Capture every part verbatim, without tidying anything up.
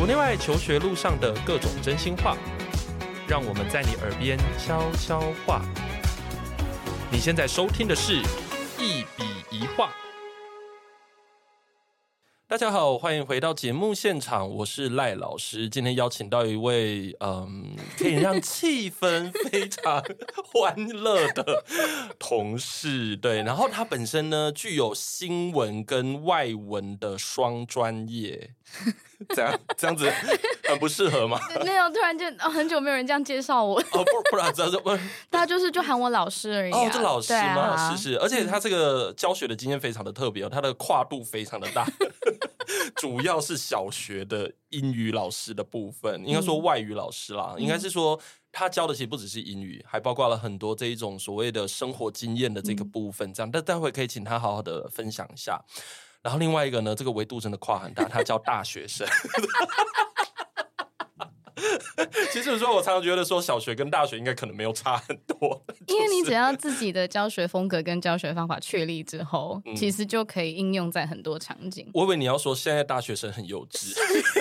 国内外求学路上的各种真心话，让我们在你耳边悄悄话。你现在收听的是一笔一画。大家好，欢迎回到节目现场，我是赖老师。今天邀请到一位嗯，可以让气氛非常欢乐的同事，对，然后他本身呢具有新闻跟外文的双专业，这样这样子很不适合吗？ 没有，突然间、哦、很久没有人这样介绍我， 哦，不不然这样子， 大家就是就喊我老师而已、啊。 哦，这老师吗？ 啊、 是是，而且他这个教学的经验非常的特别哦，他的跨度非常的大。主要是小学的英语老师的部分，应该说外语老师啦，嗯、应该是说他教的其实不只是英语，还包括了很多这一种所谓的生活经验的这个部分，这样，但待会可以请他好好的分享一下。然后另外一个呢，这个维度真的跨很大，他教大学生。其实说我常常觉得说小学跟大学应该可能没有差很多， 因为你只要自己的教学风格跟教学方法确立之后、嗯、其实就可以应用在很多场景。 我以为你要说现在大学生很幼稚。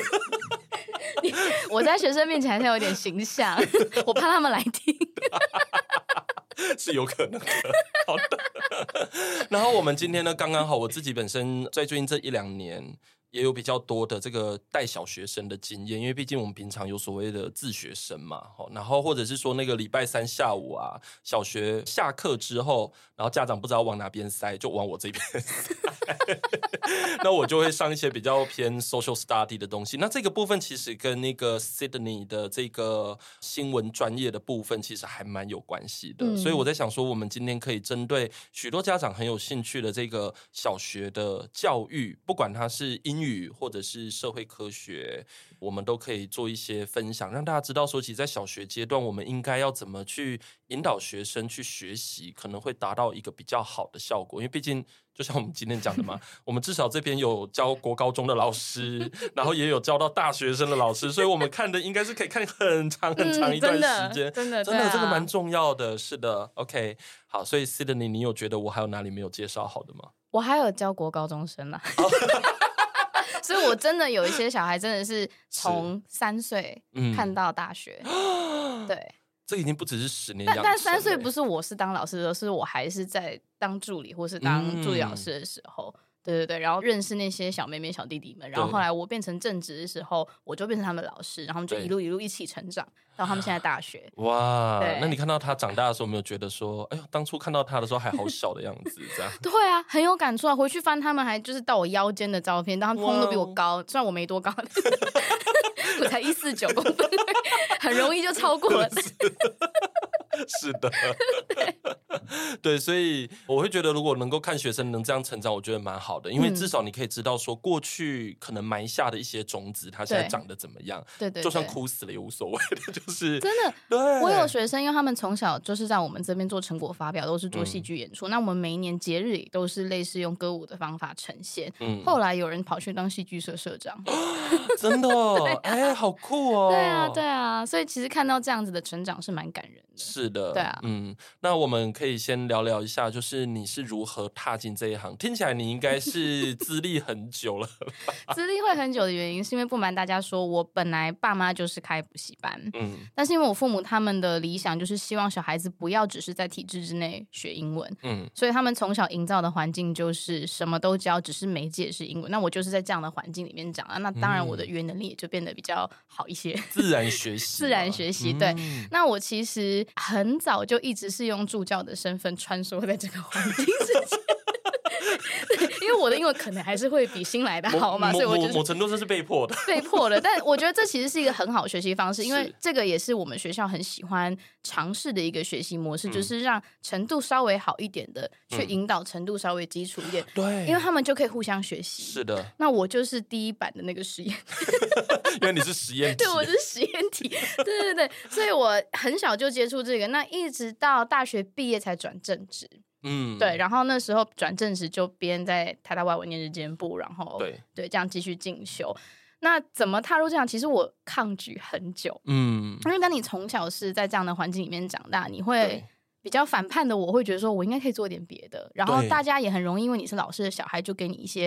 我在学生面前还是有点形象，我怕他们来听。 是有可能的。好的。然后我们今天呢，刚刚好我自己本身在最近这一两年也有比较多的这个带小学生的经验，因为毕竟我们平常有所谓的自学生嘛，然后或者是说那个礼拜三下午啊，小学下课之后，然后家长不知道往哪边塞，就往我这边塞。那我就会上一些比较偏 social study 的东西，那这个部分其实跟那个 Sydney 的这个新闻专业的部分其实还蛮有关系的、嗯、所以我在想说我们今天可以针对许多家长很有兴趣的这个小学的教育，不管它是英语或者是社会科学，我们都可以做一些分享，让大家知道说其实在小学阶段我们应该要怎么去引导学生去学习，可能会达到一个比较好的效果。因为毕竟就像我们今天讲的嘛，我们至少这边有教国高中的老师，然后也有教到大学生的老师，所以我们看的应该是可以看很长很长一段时间、嗯、 真的真的真的、啊、这个蛮重要的。是的 OK 好，所以 Sydney 你有觉得我还有哪里没有介绍好的吗？ 我还有教国高中生啊。所以我真的有一些小孩真的是从三岁看到大学、嗯、对， 这已经不只是十年养成， 但但三岁不是我是当老师的，是我还是在当助理或是当助理老师的时候、嗯、对对对，然后认识那些小妹妹小弟弟们，然后后来我变成正职的时候，我就变成他们老师，然后他们就一路一路一起成长到他们现在大学。哇， 那你看到他长大的时候，有没有觉得说，哎呦，当初看到他的时候还好小的样子？这样对啊，很有感触啊。回去翻他们还就是到我腰间的照片，但他们通通都比我高，虽然我没多高，我才一四九公分，很容易就超过了。 是的，对，对，所以我会觉得，如果能够看学生能这样成长，我觉得蛮好的，因为至少你可以知道说，过去可能埋下的一些种子，它现在长得怎么样。对 对, 对，就算哭死了也无所谓的，就是真的。对，我有学生，因为他们从小就是在我们这边做成果发表，都是做戏剧演出、嗯。那我们每一年节日也都是类似用歌舞的方法呈现。嗯，后来有人跑去当戏剧社社长， 真的、哦，哎、啊欸，好酷哦！ 对啊，对啊，所以其实看到这样子的成长是蛮感人的。 是的， 对啊， 嗯，那我们可以先聊聊一下，就是你是如何踏进这一行？听起来你应该是资历很久了。 资历会很久的原因，是因为不瞒大家说，我本来爸妈就是开补习班，嗯，但是因为我父母他们的理想就是希望小孩子不要只是在体制之内学英文，嗯，所以他们从小营造的环境就是什么都教，只是媒介是英文。那我就是在这样的环境里面长啊，那当然我的语言能力也就变得比较好一些， 自然学习， 自然学习。对、嗯，那我其实很早就一直是用助教的身份穿梭在这个环境之间。因为我的英文可能还是会比新来的好嘛，所以我觉得某程度上是被迫的， 被迫的。但我觉得这其实是一个很好的学习方式，因为这个也是我们学校很喜欢尝试的一个学习模式，嗯、就是让程度稍微好一点的去引导程度稍微基础一点，对、嗯，因为他们就可以互相学习。 是的， 那我就是第一版的那个实验， 因为你是实验体， 对，我是实验体，对对对，所以我很小就接触这个，那一直到大学毕业才转正职。嗯，对，然后那时候转正时就边在台大外文念日间部，然后对对这样继续进修。那怎么踏入这样？其实我抗拒很久，嗯，因为当你从小是在这样的环境里面长大，你会比较反叛的，我会觉得说我应该可以做点别的。然后大家也很容易因为你是老师的小孩，就给你一些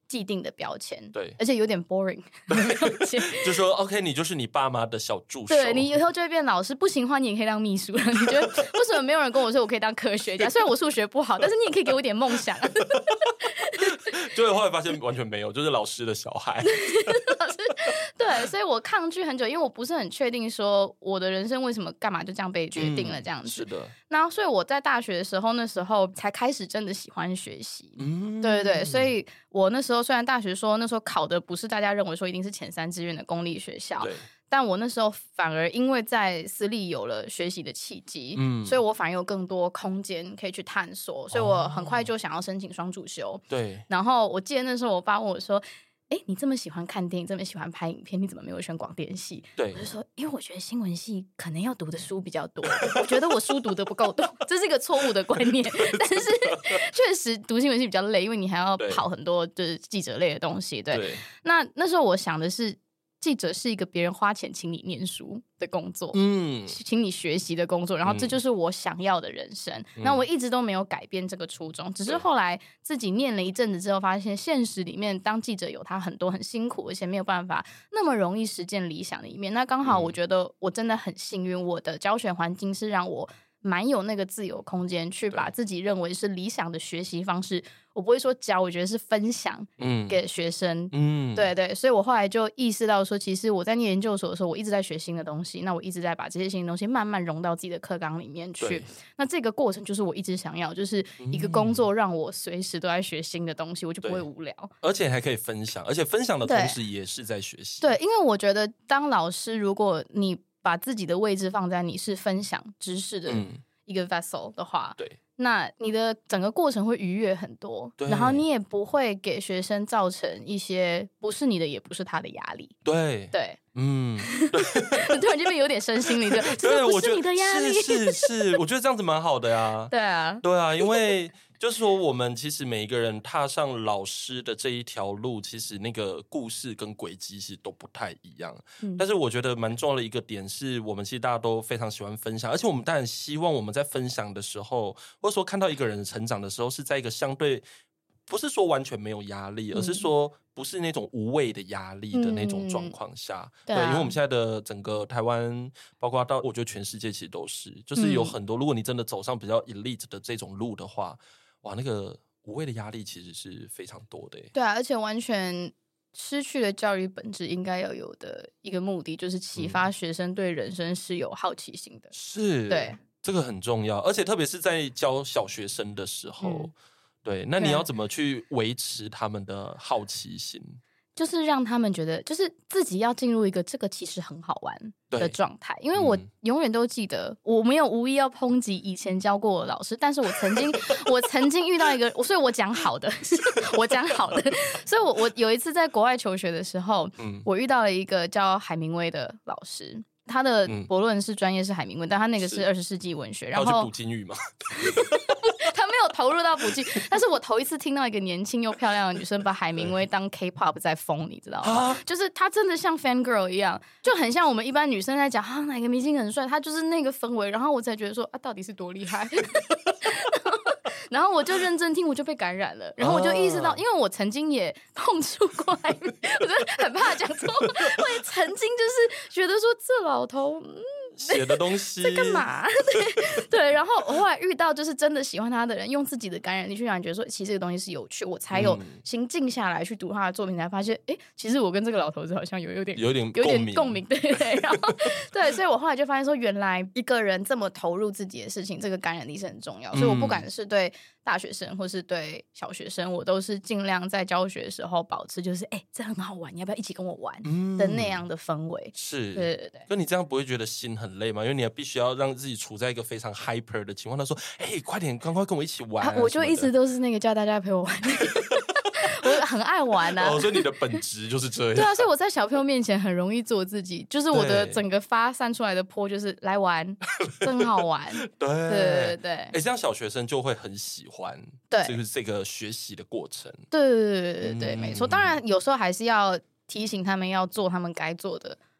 既定的标签， 对， 而且有点 boring 就说 OK 你就是你爸妈的小助手， 对，你以后就会变老师，不行的话你也可以当秘书了。你觉得为什么没有人跟我说我可以当科学家？虽然我数学不好，但是你也可以给我一点梦想。 就后来发现完全没有，就是老师的小孩。 老师对，所以我抗拒很久，因为我不是很确定说我的人生为什么干嘛就这样被决定了这样子。嗯、 是的。 那所以我在大学的时候，那时候才开始真的喜欢学习。嗯，对对对，所以我那时候虽然大学说那时候考的不是大家认为说一定是前三志愿的公立学校，对。但我那时候反而因为在私立有了学习的契机，嗯，所以我反而有更多空间可以去探索，所以我很快就想要申请双主修。 对， 然后我记得那时候我爸问我说：“哎，你这么喜欢看电影，这么喜欢拍影片，你怎么没有选广电系？” 对， 我就说：“因为我觉得新闻系可能要读的书比较多，我觉得我书读的不够多，这是一个错误的观念。但是确实读新闻系比较累，因为你还要跑很多就是记者类的东西。对，对那那时候我想的是。”记者是一个别人花钱请你念书的工作，嗯，请你学习的工作，然后这就是我想要的人生。嗯、那我一直都没有改变这个初衷，只是后来自己念了一阵子之后，发现现实里面当记者有他很多很辛苦，而且没有办法那么容易实现理想的一面。那刚好我觉得我真的很幸运，我的教学环境是让我蛮有那个自由空间，去把自己认为是理想的学习方式。我不会说教，我觉得是分享给学生。嗯，对对，所以我后来就意识到说，其实我在念研究所的时候，我一直在学新的东西，那我一直在把这些新的东西慢慢融到自己的课纲里面去。那这个过程就是我一直想要，就是一个工作让我随时都在学新的东西，我就不会无聊， 而且还可以分享，而且分享的同时也是在学习。 对，因为我觉得当老师，如果你把自己的位置放在你是分享知识的一个 vessel 的话， 对。 那你的整个过程会愉悦很多，然后你也不会给学生造成一些不是你的也不是他的压力。 对对，嗯，突然这边有点身心灵的，这不是你的压力， 是是是，我觉得这样子蛮好的呀。 对啊， 对啊，因为就是说我们其实每一个人踏上老师的这一条路，其实那个故事跟轨迹其实都不太一样。嗯、但是我觉得蛮重要的一个点是，我们其实大家都非常喜欢分享，而且我们当然希望我们在分享的时候，或者说看到一个人成长的时候，是在一个相对不是说完全没有压力，而是说不是那种无谓的压力的那种状况下。嗯、对、啊，对，因为我们现在的整个台湾，包括到我觉得全世界其实都是，就是有很多，如果你真的走上比较 elite 的这种路的话。哇，那个无谓的压力其实是非常多的耶。 对啊，而且完全失去了教育本质应该要有的一个目的，就是启发学生对人生是有好奇心的。 是， 对， 这个很重要，而且特别是在教小学生的时候，嗯、对，那你要怎么去维持他们的好奇心？ 就是让他们觉得，就是自己要进入一个这个其实很好玩的状态。因为我永远都记得，我没有无意要抨击以前教过我的老师，但是我曾经，我曾经遇到一个，所以我讲好的，我讲好的。所以我我有一次在国外求学的时候，嗯、我遇到了一个叫海明威的老师。他的博论是专业是海明威，但他那个是二十世纪文学。然后补金玉吗？ 他没有投入到补金，但是我头一次听到一个年轻又漂亮的女生把海明威当 K-pop 在疯，你知道吗？啊、就是她真的像 fan girl 一样，就很像我们一般女生在讲啊哪个明星很帅，她就是那个氛围，然后我才觉得说啊到底是多厉害。然后我就认真听，我就被感染了。然后我就意识到，因为我曾经也碰触过海明威，我真的很怕讲错。我也曾经就是觉得说这老头，嗯， 写的东西在干嘛？对对。然后我后来遇到就是真的喜欢他的人，用自己的感染力去让人觉得说，其实这个东西是有趣，我才有心静下来去读他的作品，才发现，哎，其实我跟这个老头子好像有有点有点有点共鸣，对对。然后对，所以我后来就发现说，原来一个人这么投入自己的事情，这个感染力是很重要。所以我不管是对大学生或是对小学生，我都是尽量在教学的时候保持就是哎、欸，这很好玩，你要不要一起跟我玩的那样的氛围、嗯、 是， 对对对。 可你这样不会觉得心很累吗？因为你要必须要让自己处在一个非常 hyper 的情况，他说哎、欸，快点赶快跟我一起玩、啊啊、我就一直都是那个叫大家陪我玩我很爱玩啊、 哦、所以你的本质就是这样。 对啊，所以我在小朋友面前很容易做自己，就是我的整个发散出来的波就是来玩真好玩。 对对对对， 哎、欸，这样小学生就会很喜欢， 对， 就是这个学习的过程。 对对对对对、嗯、没错。当然有时候还是要提醒他们要做他们该做的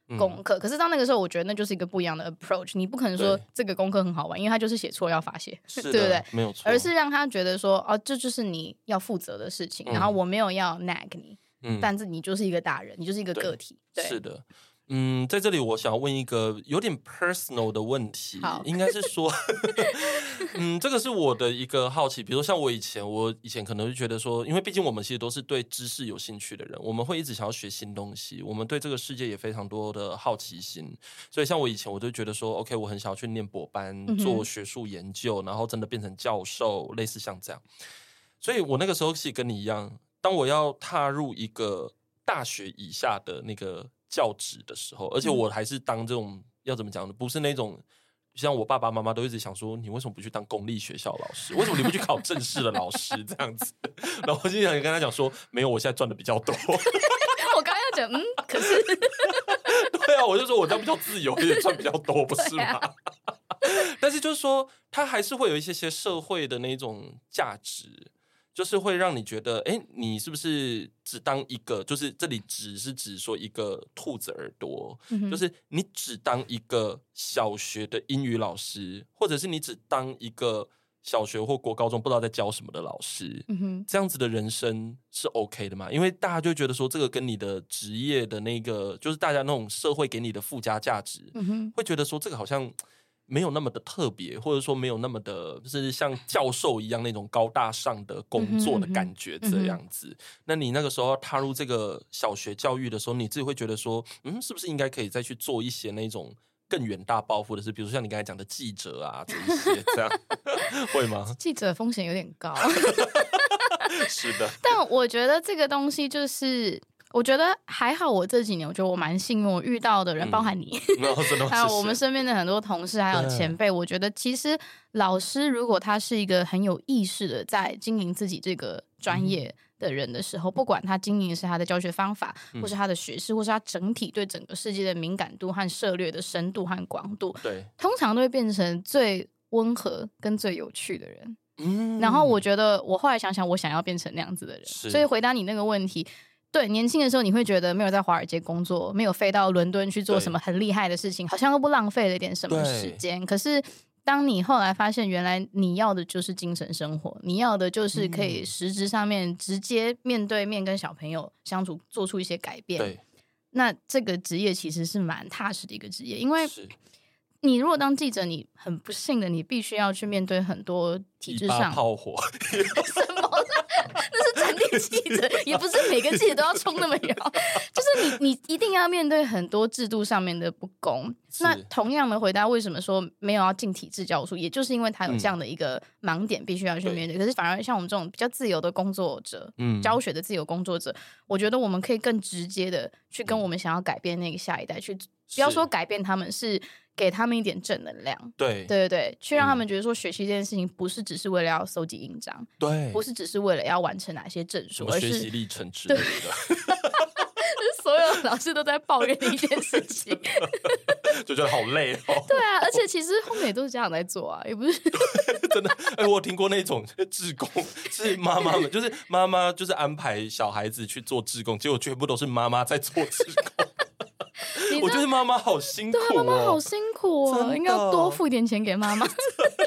功课、嗯、可是到那个时候我觉得那就是一个不一样的 approach， 你不可能说这个功课很好玩，因为他就是写错要罚写，对不对？ 没有错， 而是让他觉得说哦，这就是你要负责的事情、嗯、然后我没有要 nag 你、嗯、但是你就是一个大人，你就是一个个体。 对, 对， 是的。嗯，在这里我想要问一个有点 personal 的问题，应该是说嗯，这个是我的一个好奇，比如说像我以前我以前可能就觉得说，因为毕竟我们其实都是对知识有兴趣的人，我们会一直想要学新东西，我们对这个世界也非常多的好奇心，所以像我以前我就觉得说 OK 我很想要去念博班、嗯、做学术研究，然后真的变成教授，类似像这样。所以我那个时候其实跟你一样，当我要踏入一个大学以下的那个教职的时候，而且我还是当这种、嗯、要怎么讲呢，不是那种像我爸爸妈妈都一直想说你为什么不去当公立学校老师，为什么你不去考正式的老师这样子然后我就想跟他讲说没有，我现在赚的比较多我刚刚要讲嗯，可是对啊，我就说我这样比较自由，也赚比较多不是吗、啊、但是就是说他还是会有一些些社会的那种价值，就是会让你觉得哎，你是不是只当一个，就是这里只是指说一个兔子耳朵、嗯、就是你只当一个小学的英语老师，或者是你只当一个小学或国高中不知道在教什么的老师、嗯、哼，这样子的人生是 OK 的吗？因为大家就觉得说这个跟你的职业的那个，就是大家那种社会给你的附加价值、嗯、哼，会觉得说这个好像没有那么的特别，或者说没有那么的就是像教授一样那种高大上的工作的感觉这样子、嗯嗯、那你那个时候踏入这个小学教育的时候，你自己会觉得说嗯，是不是应该可以再去做一些那种更远大抱负的事，比如说像你刚才讲的记者啊这一些这样会吗？ 记者风险有点高是的， 但我觉得这个东西就是我觉得还好，我这几年我觉得我蛮幸运，我遇到的人、嗯、包含你还有我们身边的很多同事还有前辈，我觉得其实老师如果他是一个很有意识的在经营自己这个专业的人的时候、嗯、不管他经营的是他的教学方法、嗯、或是他的学识，或是他整体对整个世界的敏感度和涉猎的深度和广度，对，通常都会变成最温和跟最有趣的人、嗯、然后我觉得我后来想想我想要变成那样子的人，所以回答你那个问题，对，年轻的时候你会觉得没有在华尔街工作，没有飞到伦敦去做什么很厉害的事情，好像都不浪费了一点什么时间，可是当你后来发现原来你要的就是精神生活，你要的就是可以实质上面直接面对面跟小朋友相处，做出一些改变，对，那这个职业其实是蛮踏实的一个职业，因为你如果当记者，你很不幸的你必须要去面对很多体制上炮火什么那是战地记者也不是每个记者都要冲那么远就是你你一定要面对很多制度上面的不公。那同样的回答为什么说没有要进体制教书，也就是因为他有这样的一个盲点必须要去面对、嗯、可是反而像我们这种比较自由的工作者、嗯、教学的自由工作者，我觉得我们可以更直接的去跟我们想要改变那个下一代去，不要说改变他们，是给他们一点正能量，对对对对，去让他们觉得说学习这件事情不是只是为了要搜集印章，对，不是只是为了要完成哪些证书，而是学习历程之类的所有老师都在抱怨的一件事情就觉得好累哦。 对啊，而且其实后面也都是家长在做啊，也不是真的。哎，我听过那种志工是妈妈们，就是妈妈就是安排小孩子去做志工，结果全部都是妈妈在做志工我觉得妈妈好辛苦、哦、 对啊，妈妈好辛苦哦，应该要多付一点钱给妈妈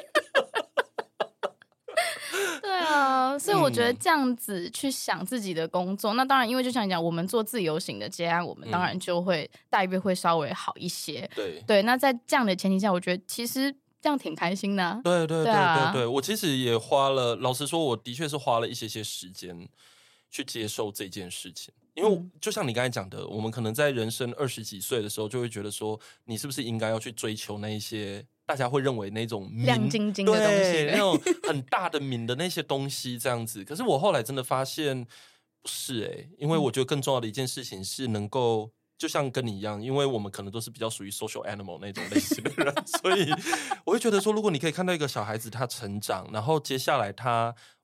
对啊，所以我觉得这样子去想自己的工作、嗯、那当然因为就像你讲我们做自由型的接案，我们当然就会待遇会稍微好一些，对对，那在这样的前提下我觉得其实这样挺开心的、啊、 对对对对 对,、啊、对，我其实也花了，老实说我的确是花了一些些时间去接受这件事情，因为就像你刚才讲的，我们可能在人生二十几岁的时候就会觉得说你是不是应该要去追求那一些大家会认为那种亮晶晶的东西， 那种很大的名的那些东西这样子。可是我后来真的发现不是哎、欸，因为我觉得更重要的一件事情是能够就像跟你一样，因为我们可能都是比较属于 social animal 那种类型的人所以我会觉得说如果你可以看到一个小孩子他成长，然后接下来他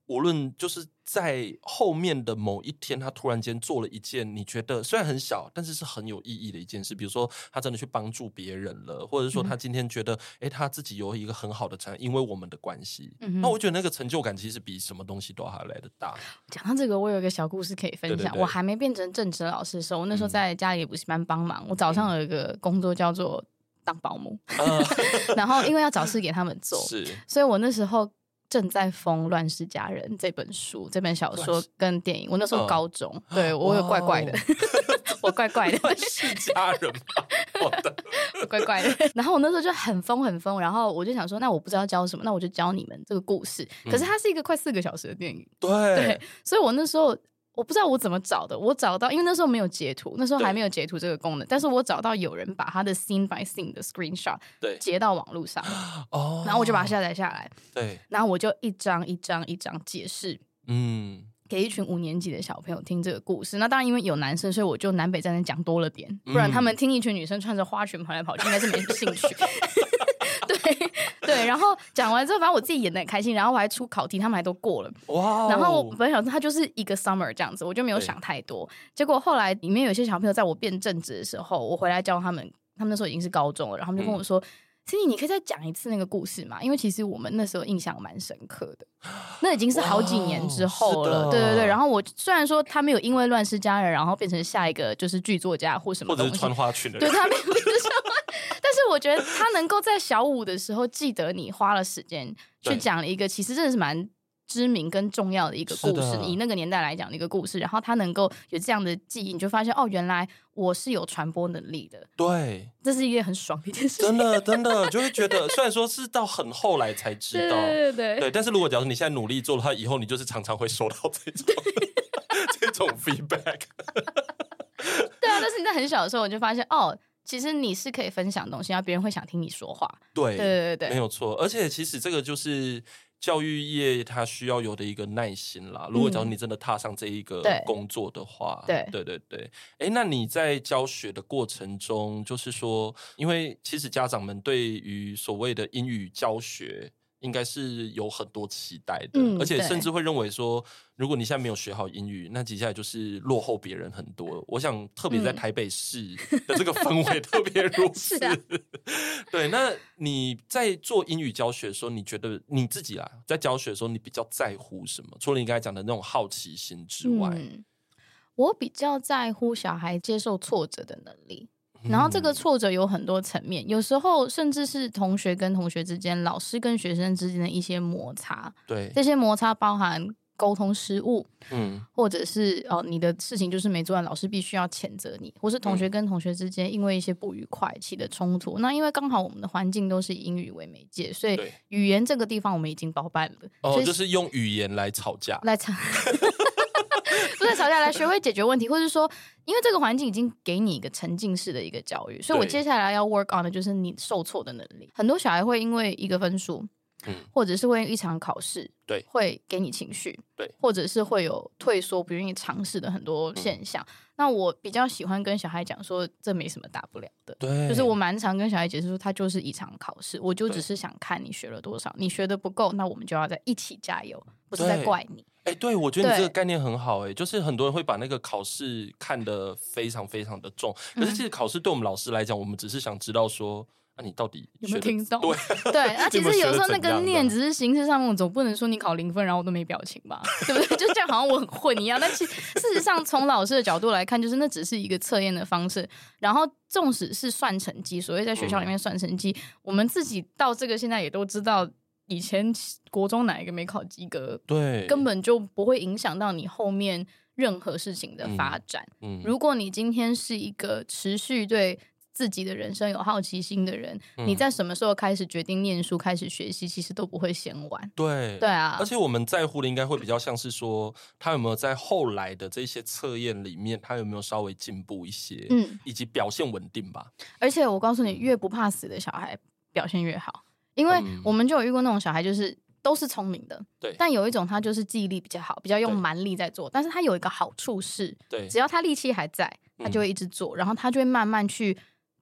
无论就是在后面的某一天，他突然间做了一件你觉得虽然很小，但是是很有意义的一件事，比如说他真的去帮助别人了，或者说他今天觉得哎、嗯，他自己有一个很好的成因为我们的关系、嗯、那我觉得那个成就感其实比什么东西都还来得大。 讲到这个，我有一个小故事可以分享。对对对，我还没变成正职老师的时候，我那时候在家里补习班帮忙、嗯、我早上有一个工作叫做当保姆、嗯、然后因为要找事给他们做，是，所以我那时候正在封《乱世佳人》这本书、这本小说跟电影。我那时候高中，嗯、对我有怪怪的，我怪怪的。 乱世佳人吧，我的， 我怪怪的。然后我那时候就很疯很疯，然后我就想说，那我不知道教什么，那我就教你们这个故事。可是它是一个快四个小时的电影，嗯、 对, 对，所以我那时候。我不知道我怎么找的，我找到，因为那时候没有截图，那时候还没有截图这个功能，但是我找到有人把他的 scene by scene 的 screenshot 截到网络上，哦，然后我就把它下载下来，对，然后我就一张一张一张解释，嗯，给一群五年级的小朋友听这个故事。那当然因为有男生，所以我就南北战争讲多了点，不然他们听一群女生穿着花裙跑来跑去，应该是没什么兴趣。对对，然后讲完之后，反正我自己演得很开心，然后我还出考题，他们还都过了。哇！然后我本来想说它就是一个 summer 这样子，我就没有想太多。结果后来里面有些小朋友在我变正职的时候，我回来教他们，他们那时候已经是高中了，然后他们就跟我说。嗯Cindy， 你可以再讲一次那个故事吗？因为其实我们那时候印象蛮深刻的，那已经是好几年之后了。对对对。然后我虽然说他没有因为乱世佳人，然后变成下一个就是剧作家或什么东西， 或者是穿花裙的人， 对他没有变成穿花，但是我觉得他能够在小五的时候记得你花了时间去讲了一个，其实真的是蛮知名跟重要的一个故事，以那个年代来讲的一个故事，然后他能够有这样的记忆，你就发现哦，原来我是有传播能力的。 对， 这是一件很爽的一件事情。 真的，真的就会觉得，虽然说是到很后来才知道， 对对 对, 对，但是如果假如你现在努力做的话，以后你就是常常会收到这种这种 feedback。 对啊，但是你在很小的时候，我就发现哦。其实你是可以分享东西，然后别人会想听你说话。 对对对对， 没有错。而且其实这个就是教育业它需要有的一个耐心啦。如果假如你真的踏上这一个工作的话， 嗯、对对对对。哎，那你在教学的过程中，就是说，因为其实家长们对于所谓的英语教学。应该是有很多期待的、嗯、而且甚至会认为说如果你现在没有学好英语，那接下来就是落后别人很多。我想特别在台北市的这个氛围特别如此、啊、对，那你在做英语教学的时候，你觉得你自己啦在教学的时候你比较在乎什么？除了你刚才讲的那种好奇心之外、嗯、 我比较在乎小孩接受挫折的能力。然后这个挫折有很多层面，有时候甚至是同学跟同学之间，老师跟学生之间的一些摩擦。 对， 这些摩擦包含沟通失误，嗯，或者是哦你的事情就是没做完，老师必须要谴责你，或是同学跟同学之间因为一些不愉快起的冲突。嗯、那因为刚好我们的环境都是以英语为媒介，所以语言这个地方我们已经包办了。 哦，就是用语言来吵架， 来吵。不是吵架，来学会解决问题，或是说因为这个环境已经给你一个沉浸式的一个教育，所以我接下来要 work on 的就是你受挫的能力。很多小孩会因为一个分数、嗯、或者是会一场考试，对，会给你情绪，对，或者是会有退缩不愿意尝试的很多现象、嗯、那我比较喜欢跟小孩讲说这没什么大不了的，对，就是我蛮常跟小孩解释说它就是一场考试，我就只是想看你学了多少，你学的不够，那我们就要再一起加油，不是在怪你。 哎、欸，对，我觉得你这个概念很好、欸，哎，就是很多人会把那个考试看得非常非常的重，可是其实考试对我们老师来讲，我们只是想知道说，那、啊、你到底有没有听懂？ 对对，那、啊、其实有时候那个念只是形式上面，我总不能说你考零分，然后我都没表情吧，对不对？就这样好像我很混一样。但其实事实上，从老师的角度来看，就是那只是一个测验的方式，然后纵使是算成绩，所谓在学校里面算成绩，嗯、我们自己到这个现在也都知道。以前国中哪一个没考及格，对，根本就不会影响到你后面任何事情的发展。嗯嗯、如果你今天是一个持续对自己的人生有好奇心的人、嗯、你在什么时候开始决定念书开始学习，其实都不会嫌晚。 对对啊， 而且我们在乎的应该会比较像是说他有没有在后来的这些测验里面他有没有稍微进步一些、嗯、以及表现稳定吧。 而且我告诉你，越不怕死的小孩表现越好，因为我们就有遇过那种小孩，就是都是聪明的，对，但有一种他就是记忆力比较好，比较用蛮力在做，但是他有一个好处是，对，只要他力气还在，他就会一直做、嗯、然后他就会慢慢去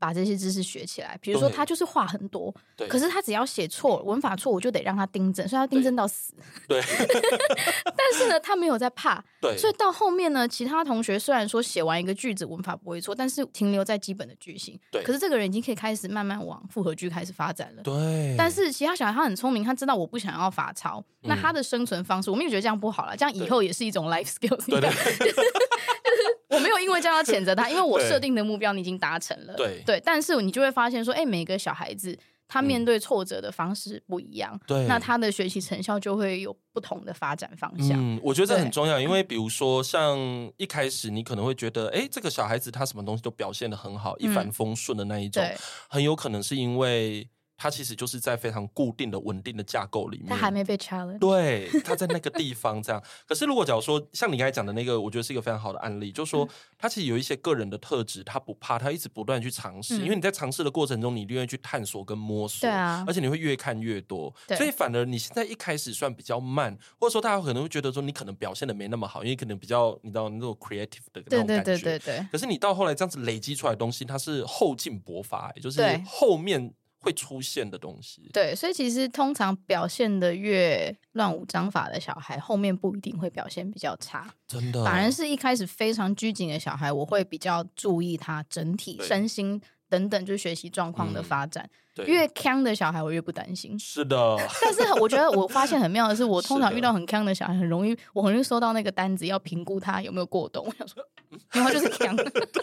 把这些知识学起来。比如说他就是话很多，可是他只要写错文法错，我就得让他订正，所以他订正到死。 对， 但是呢，他没有在怕， 对， 所以到后面呢，其他同学虽然说写完一个句子文法不会错，但是停留在基本的句型，对，可是这个人已经可以开始慢慢往复合句开始发展了。对，但是其他小孩他很聪明，他知道我不想要罚抄，嗯、那他的生存方式，我们也觉得这样不好了，这样以后也是一种 life skills。对对。我没有因为这样要谴责他，因为我设定的目标你已经达成了。对对，但是你就会发现说，哎，每个小孩子他面对挫折的方式不一样，对、嗯，那他的学习成效就会有不同的发展方向。 嗯，我觉得这很重要，因为比如说像一开始你可能会觉得，哎，这个小孩子他什么东西都表现得很好，一帆风顺的那一种，嗯、很有可能是因为他其实就是在非常固定的稳定的架构里面， 他还没被 challenge， 对，他在那个地方这样。可是如果假如说像你刚才讲的那个，我觉得是一个非常好的案例，就是说、嗯、他其实有一些个人的特质，他不怕，他一直不断去尝试、嗯、因为你在尝试的过程中你一定会去探索跟摸索， 对啊， 而且你会越看越多，所以反而你现在一开始算比较慢，或者说大家可能会觉得说你可能表现的没那么好，因为可能比较你知道那种 creative 的那种感觉，对对对对对。可是你到后来这样子累积出来的东西，它是后劲勃发，就是后面会出现的东西。 对，所以其实通常表现的越乱无章法的小孩，后面不一定会表现比较差， 真的。 反而是一开始非常拘谨的小孩，我会比较注意他整体身心等等，就是学习状况的发展。嗯、越强的小孩，我越不担心。 是的， 但是我觉得我发现很妙的是，我通常遇到很强的小孩，很容易，我很容易收到那个单子，要评估他有没有过动。我想说，因为他就是强。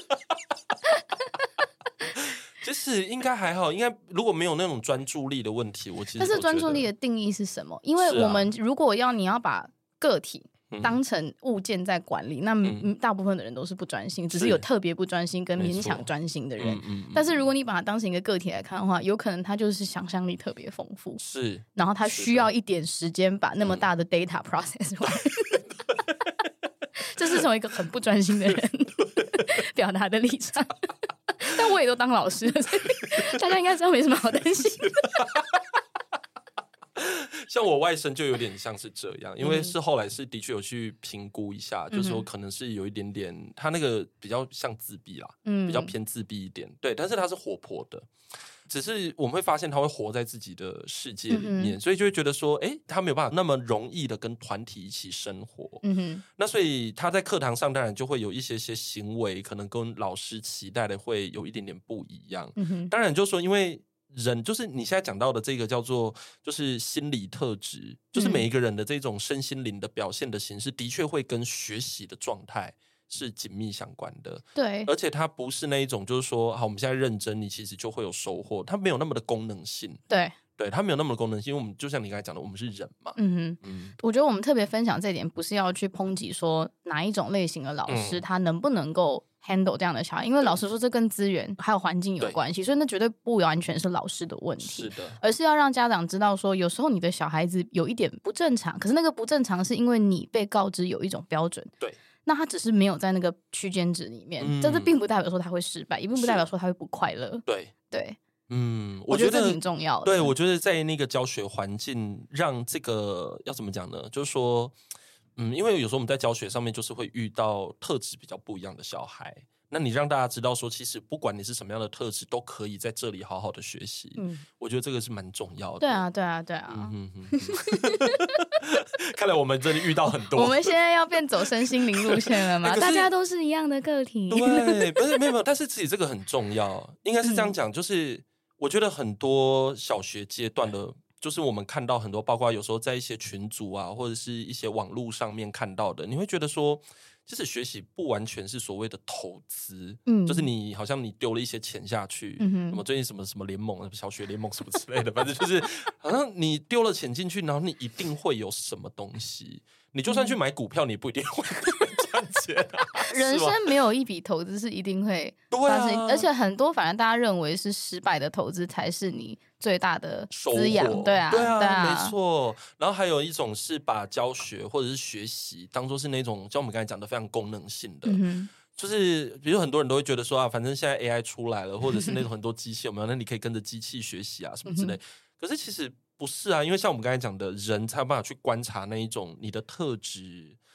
其实应该还好，应该如果没有那种专注力的问题，我其实。 但是专注力的定义是什么？因为我们如果要你要把个体当成物件在管理，嗯、那、嗯、大部分的人都是不专心，只是有特别不专心跟勉强专心的人。嗯嗯嗯、但是如果你把它当成一个个体来看的话，有可能他就是想象力特别丰富， 是， 然后他需要一点时间把那么大的 data process 完。这是从一个很不专心的人表达的立场。但我也都当老师了，所以大家应该知道没什么好担心的。 像我外甥就有点像是这样，因为是后来是的确有去评估一下，嗯、就是说可能是有一点点，他那个比较像自闭啦，嗯，比较偏自闭一点，对，但是他是活泼的。只是我们会发现他会活在自己的世界里面，嗯、所以就会觉得说，哎，他没有办法那么容易的跟团体一起生活。嗯哼，那所以他在课堂上当然就会有一些些行为，可能跟老师期待的会有一点点不一样。嗯哼，当然就是说，因为人就是你现在讲到的这个叫做就是心理特质，就是每一个人的这种身心灵的表现的形式，的确会跟学习的状态是紧密相关的。对，而且它不是那一种就是说好我们现在认真你其实就会有收获，它没有那么的功能性。对对，它没有那么的功能性，因为我们就像你刚才讲的我们是人嘛。嗯哼，嗯， 我觉得我们特别分享这一点不是要去抨击说哪一种类型的老师、嗯、他能不能够 handle 这样的小孩，因为老实说这跟资源还有环境有关系，所以那绝对不完全是老师的问题，是的，而是要让家长知道说有时候你的小孩子有一点不正常，可是那个不正常是因为你被告知有一种标准。对，那他只是没有在那个区间值里面，嗯、但是并不代表说他会失败，也并不代表说他会不快乐。对对，嗯，我觉得这挺重要的。 对，我觉得在那个教学环境，让这个要怎么讲呢？就是说，嗯，因为有时候我们在教学上面就是会遇到特质比较不一样的小孩。那你让大家知道说，其实不管你是什么样的特质，都可以在这里好好的学习。嗯，我觉得这个是蛮重要的。 对啊，对啊，对啊。嗯哼哼看来我们这里遇到很多。 我们现在要变走身心灵路线了吗？欸、大家都是一样的个体。 对，不是没有没有，但是其实这个很重要，应该是这样讲，嗯、就是我觉得很多小学阶段的。就是我们看到很多，包括有时候在一些群组啊，或者是一些网络上面看到的，你会觉得说，其实学习不完全是所谓的投资，嗯，就是你好像你丢了一些钱下去，嗯哼，什么最近什么什么联盟、小学联盟什么之类的，反正就是好像你丢了钱进去，然后你一定会有什么东西，你就算去买股票，你不一定会赚钱、啊。 人生没有一笔投资是一定会发生，啊、而且很多反正大家认为是失败的投资才是你最大的滋养，对啊， 对啊，对啊，没错。然后还有一种是把教学或者是学习当作是那种像我们刚才讲的非常功能性的，嗯、就是比如很多人都会觉得说啊，反正现在 A I 出来了，或者是那种很多机器有没有？那你可以跟着机器学习啊什么之类。嗯、可是其实不是啊，因为像我们刚才讲的，人才有办法去观察那一种你的特质。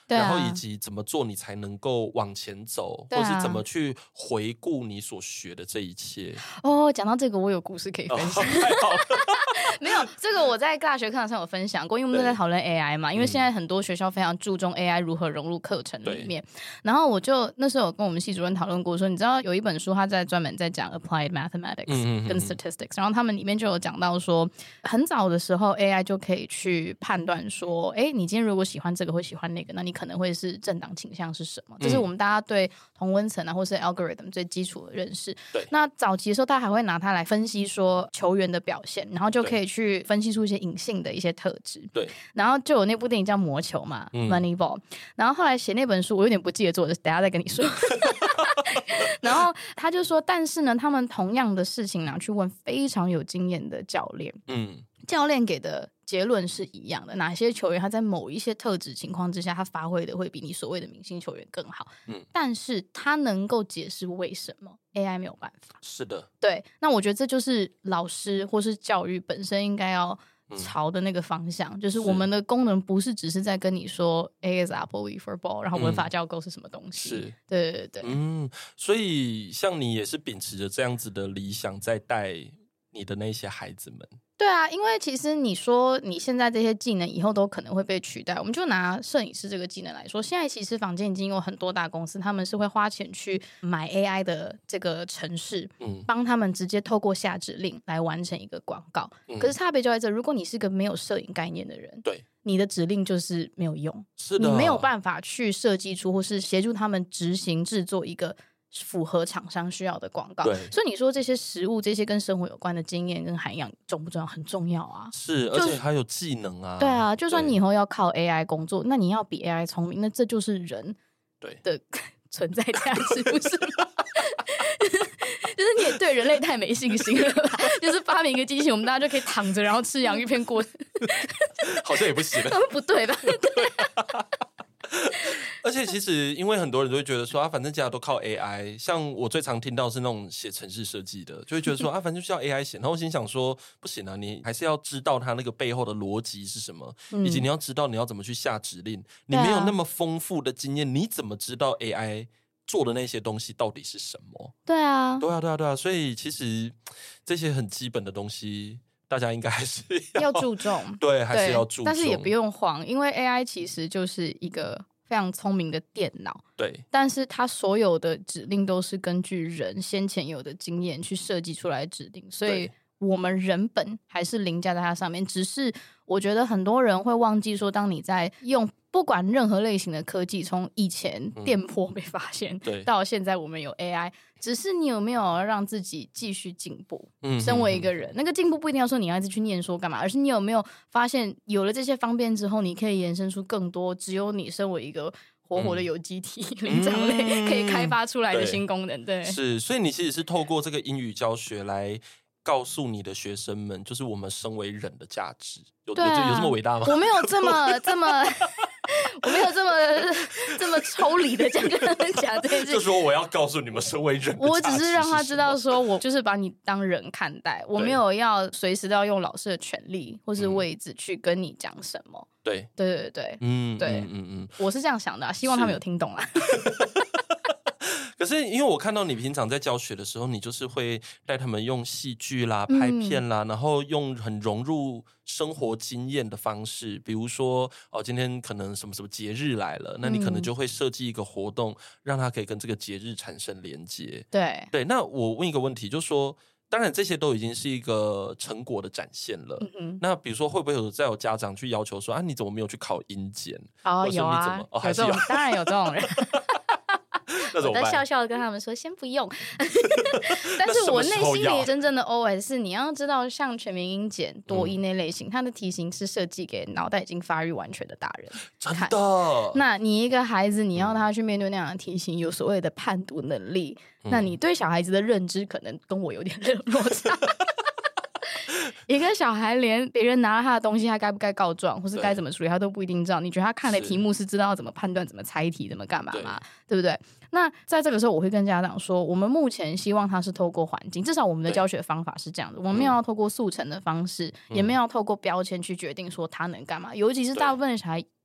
啊、 然后以及怎么做你才能够往前走，啊、或是怎么去回顾你所学的这一切。 哦，讲到这个我有故事可以分享。 哦、太好了没有，这个我在大学课堂上有分享过，因为我们都在讨论 A I 嘛，因为现在很多学校非常注重 A I 如何融入课程里面。然后我就那时候有跟我们系主任讨论过说，你知道有一本书他在专门在讲 Applied Mathematics 跟 Statistics，、嗯、然后他们里面就有讲到说，很早的时候 A I 就可以去判断说，哎，你今天如果喜欢这个会喜欢那个，那你可能会是政党倾向是什么？这是我们大家对同温层啊或是 algorithm 最基础的认识。 对， 那早期的时候，大家还会拿它来分析说球员的表现，然后就可以去分析出一些隐性的一些特质。 对， 然后就有那部电影叫《魔球》嘛、嗯、，Moneyball。然后后来写那本书，我有点不记得作者，等一下再跟你说。然后他就说，但是呢，他们同样的事情拿去问非常有经验的教练，嗯，教练给的结论是一样的，哪些球员他在某一些特质情况之下，他发挥的会比你所谓的明星球员更好，嗯，但是他能够解释为什么 A I 没有办法。 是的， 对，那我觉得这就是老师或是教育本身应该要朝的那个方向、嗯、就是我们的功能不是只是在跟你说 A is apple, E for ball， 然后文法架构是什么东西、嗯、是，对对对， 嗯，所以像你也是秉持着这样子的理想在带你的那些孩子们。 对啊，因为其实你说你现在这些技能以后都可能会被取代，我们就拿摄影师这个技能来说，现在其实坊间已经有很多大公司，他们是会花钱去买 A I 的这个程式，嗯，帮他们直接透过下指令来完成一个广告、嗯、可是差别就在这，如果你是个没有摄影概念的人，对，你的指令就是没有用，是的，你没有办法去设计出或是协助他们执行制作一个符合厂商需要的广告。所以你说这些食物，这些跟生活有关的经验跟涵养重不重要？很重要啊， 是，而且还有技能啊。 对啊，就算你以后要靠 A I 工作，那你要比 A I 聪明，那这就是人的存在价值，不是吗？就是你也对人类太没信心了吧？就是发明一个机器，我们大家就可以躺着然后吃洋芋片过， 好像也不行了， 不对吧？对啊。 而且其实因为很多人都会觉得说啊，反正家都靠 A I， 像我最常听到是那种写程式设计的，就会觉得说啊，反正就是要 A I 写。然后我心想说，不行啊，你还是要知道它那个背后的逻辑是什么、嗯、以及你要知道你要怎么去下指令。你没有那么丰富的经验、啊、你怎么知道 A I 做的那些东西到底是什么？对啊对啊对啊对啊，所以其实这些很基本的东西大家应该还是 要, 要注重， 对，还是要注重， 但是也不用慌，因为 A I 其实就是一个非常聪明的电脑，对，但是它所有的指令都是根据人先前有的经验去设计出来的指令，所以我们人本还是凌驾在它上面。只是我觉得很多人会忘记说，当你在用不管任何类型的科技，从以前电波被发现、嗯、到现在我们有 A I， 只是你有没有让自己继续进步、嗯、身为一个人、嗯、那个进步不一定要说你要一直去念书干嘛，而是你有没有发现有了这些方便之后，你可以延伸出更多只有你身为一个活活的有机体、嗯、灵长类可以开发出来的新功能。 对, 对， 是，所以你其实是透过这个英语教学来告诉你的学生们，就是我们身为人的价值。 有, 对、啊、 有, 有这么伟大吗？ 我没有这么这么我没有这么这么抽离的这样跟他们讲这件事情， 就说我要告诉你们身为人的价值， 我只是让他知道说我就是把你当人看待，我没有要随时都要用老师的权利或是位置去跟你讲什么。对对对对，嗯，对，嗯嗯嗯，我是这样想的、啊、希望他们有听懂啊。 可是因为我看到你平常在教学的时候，你就是会带他们用戏剧啦、拍片啦、嗯、然后用很融入生活经验的方式，比如说哦，今天可能什么什么节日来了，那你可能就会设计一个活动、嗯、让他可以跟这个节日产生连接。对对，那我问一个问题，就是说当然这些都已经是一个成果的展现了、嗯、那比如说会不会有再有家长去要求说啊，你怎么没有去考英检？ 哦，有啊，哦、还是有，当然有这种人。我在笑笑的跟他们说先不用。但是我内心里真正的 O S 是，你要知道像全民英检多益那类型、嗯、它的题型是设计给脑袋已经发育完全的大人。 真的？ 那你一个孩子你要他去面对那样的题型，有所谓的判读能力、嗯、那你对小孩子的认知可能跟我有点落差。一个小孩连别人拿了他的东西他该不该告状或是该怎么处理他都不一定知道，你觉得他看了题目是知道怎么判断怎么猜题怎么干嘛吗？ 对, 对不对？那在这个时候我会跟家长说，我们目前希望他是透过环境，至少我们的教学方法是这样的，我们没有要透过速成的方式、嗯、也没有要透过标签去决定说他能干嘛，尤其是大部分的小孩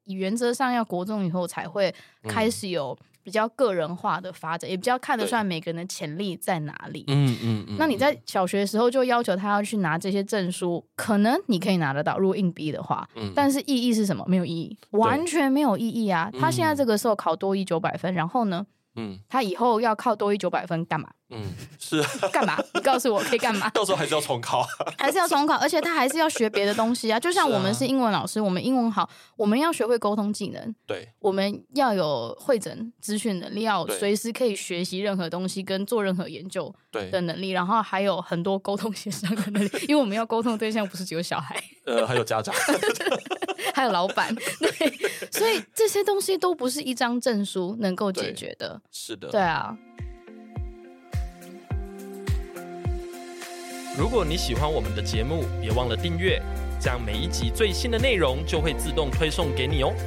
原则上要国中以后才会开始有比较个人化的发展，也比较看得出来每个人的潜力在哪里。嗯嗯嗯。那你在小学的时候就要求他要去拿这些证书，可能你可以拿得到，如果硬逼的话，嗯、但是意义是什么？没有意义，完全没有意义啊！他现在这个时候考多益九百分，然后呢？嗯，他以后要靠多益九百分干嘛？ 嗯，是干嘛？你告诉我可以干嘛？ 到时候还是要重考， 还是要重考，而且他还是要学别的东西啊。就像我们是英文老师，我们英文好，我们要学会沟通技能， 对， 我们要有汇整资讯能力，要随时可以学习任何东西跟做任何研究的能力，然后还有很多沟通协商的能力，因为我们要沟通的对象不是只有小孩， 呃，还有家长。 还有老板，对，所以这些东西都不是一张证书能够解决的。 是的， 对啊。 如果你喜欢我们的节目，别忘了订阅，这样每一集最新的内容就会自动推送给你哦。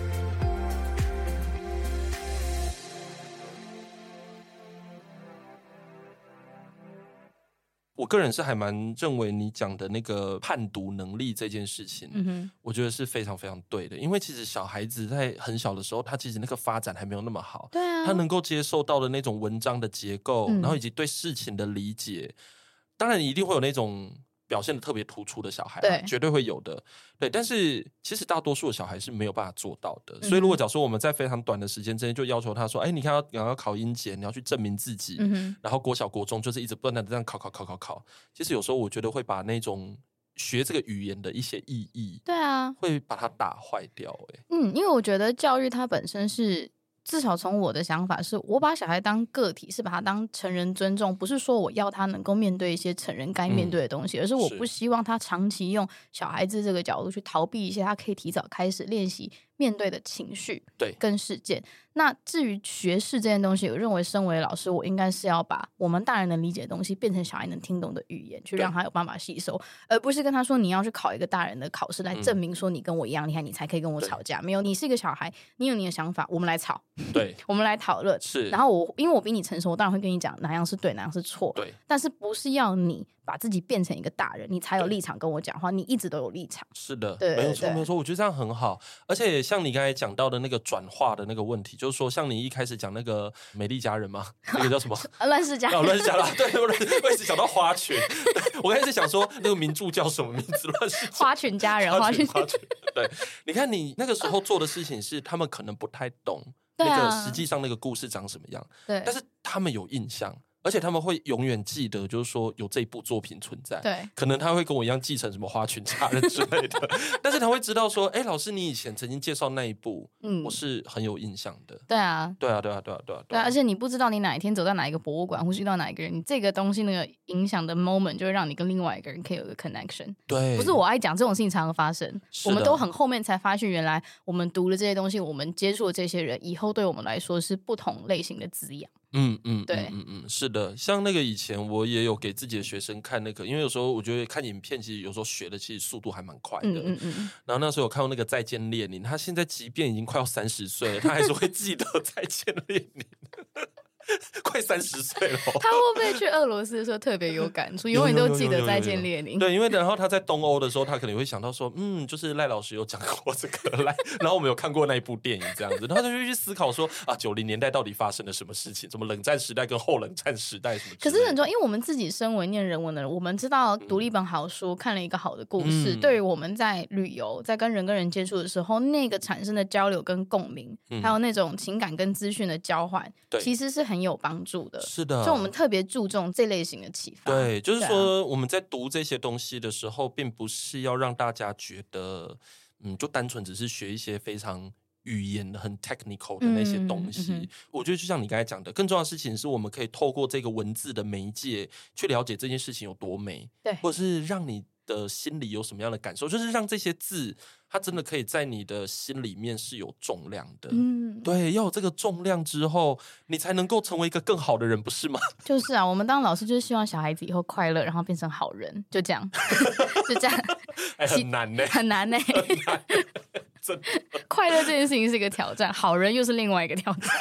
我个人是还蛮认为你讲的那个判读能力这件事情，嗯哼，我觉得是非常非常对的，因为其实小孩子在很小的时候，他其实那个发展还没有那么好， 对啊， 他能够接受到的那种文章的结构，嗯、然后以及对事情的理解，当然一定会有那种表现的特别突出的小孩，对，绝对会有的，对。但是其实大多数的小孩是没有办法做到的，嗯、所以如果假如说我们在非常短的时间之内就要求他说，哎，你看要要考英检，你要去证明自己，嗯、然后国小国中就是一直不断的这样考考考考考，其实有时候我觉得会把那种学这个语言的一些意义， 对啊， 会把它打坏掉，哎， 嗯，因为我觉得教育它本身是。至少从我的想法是，我把小孩当个体，是把他当成人尊重，不是说我要他能够面对一些成人该面对的东西，嗯、而是我不希望他长期用小孩子这个角度去逃避一些他可以提早开始练习面对的情绪， 对， 跟事件。那至于学识这件东西，我认为身为老师，我应该是要把我们大人能理解的东西变成小孩能听懂的语言，去让他有办法吸收，而不是跟他说你要去考一个大人的考试来证明说你跟我一样厉害，你才可以跟我吵架。没有，你是一个小孩，你有你的想法，我们来吵， 对， 我们来讨论。 是， 然后我因为我比你成熟，我当然会跟你讲哪样是对，哪样是错。 对， 但是不是要你把自己变成一个大人，你才有立场跟我讲话。你一直都有立场。 是的， 对， 没有错，没有错。我觉得这样很好。而且像你刚才讲到的那个转化的那个问题，就是说，像你一开始讲那个美丽佳人嘛，那个叫什么？ 乱世佳人。 哦，乱世佳人。对，我一直想到花拳。我刚才是想说那个名著叫什么名字？乱世花拳佳人。 花拳，花拳。对，你看你那个时候做的事情是，他们可能不太懂那个实际上那个故事长什么样， 对， 但是他们有印象。而且他们会永远记得，就是说有这部作品存在。 对， 可能他会跟我一样继承什么花拳佳人之类的，但是他会知道说，哎，老师你以前曾经介绍那一部，嗯，我是很有印象的。 对啊， 对啊，对啊，对啊，对啊， 对啊。而且你不知道你哪一天走到哪一个博物馆，或是遇到哪一个人，你这个东西那个影响的 moment 就会让你跟另外一个人可以有一个 connection。 对， 不是我爱讲这种事情常常发生，我们都很后面才发现，原来我们读了这些东西，我们接触的这些人，以后对我们来说是不同类型的滋养。 嗯嗯， 对， 嗯嗯，是的，像那个以前我也有给自己的学生看那个，因为有时候我觉得看影片，其实有时候学的其实速度还蛮快的。嗯嗯嗯。然后那时候有看到那个《再见列宁》，他现在即便已经快要三十岁了，他还是会记得《再见列宁》。快三十岁了， 他会不会去俄罗斯的时候特别有感触，永远都记得再见列宁？ 对，因为然后他在东欧的时候，他可能会想到说，嗯，就是赖老师有讲过这个赖，然后我们有看过那一部电影这样子，然后他就会去思考说，啊，九零年代到底发生了什么事情？什么冷战时代跟后冷战时代什么？ 可是很重要，因为我们自己身为念人文的人，我们知道读了一本好书，嗯、看了一个好的故事，嗯、对于我们在旅游、在跟人跟人接触的时候，那个产生的交流跟共鸣，嗯、还有那种情感跟资讯的交换，其实是很有帮助的。 是的， 所以我们特别注重这类型的启发。 对，就是说我们在读这些东西的时候，并不是要让大家觉得，嗯，就单纯只是学一些非常语言的很 technical 的那些东西。嗯嗯、我觉得就像你刚才讲的，更重要的事情是我们可以透过这个文字的媒介去了解这件事情有多美， 对， 或者是让你的心里有什么样的感受，就是让这些字它真的可以在你的心里面是有重量的。嗯，对，要有这个重量之后，你才能够成为一个更好的人，不是吗？ 就是啊，我们当老师就是希望小孩子以后快乐，然后变成好人，就这样，就这样。 哎、欸，很难呢、欸， 很难呢、欸，很难。 真的，快乐这件事情是一个挑战，好人又是另外一个挑战。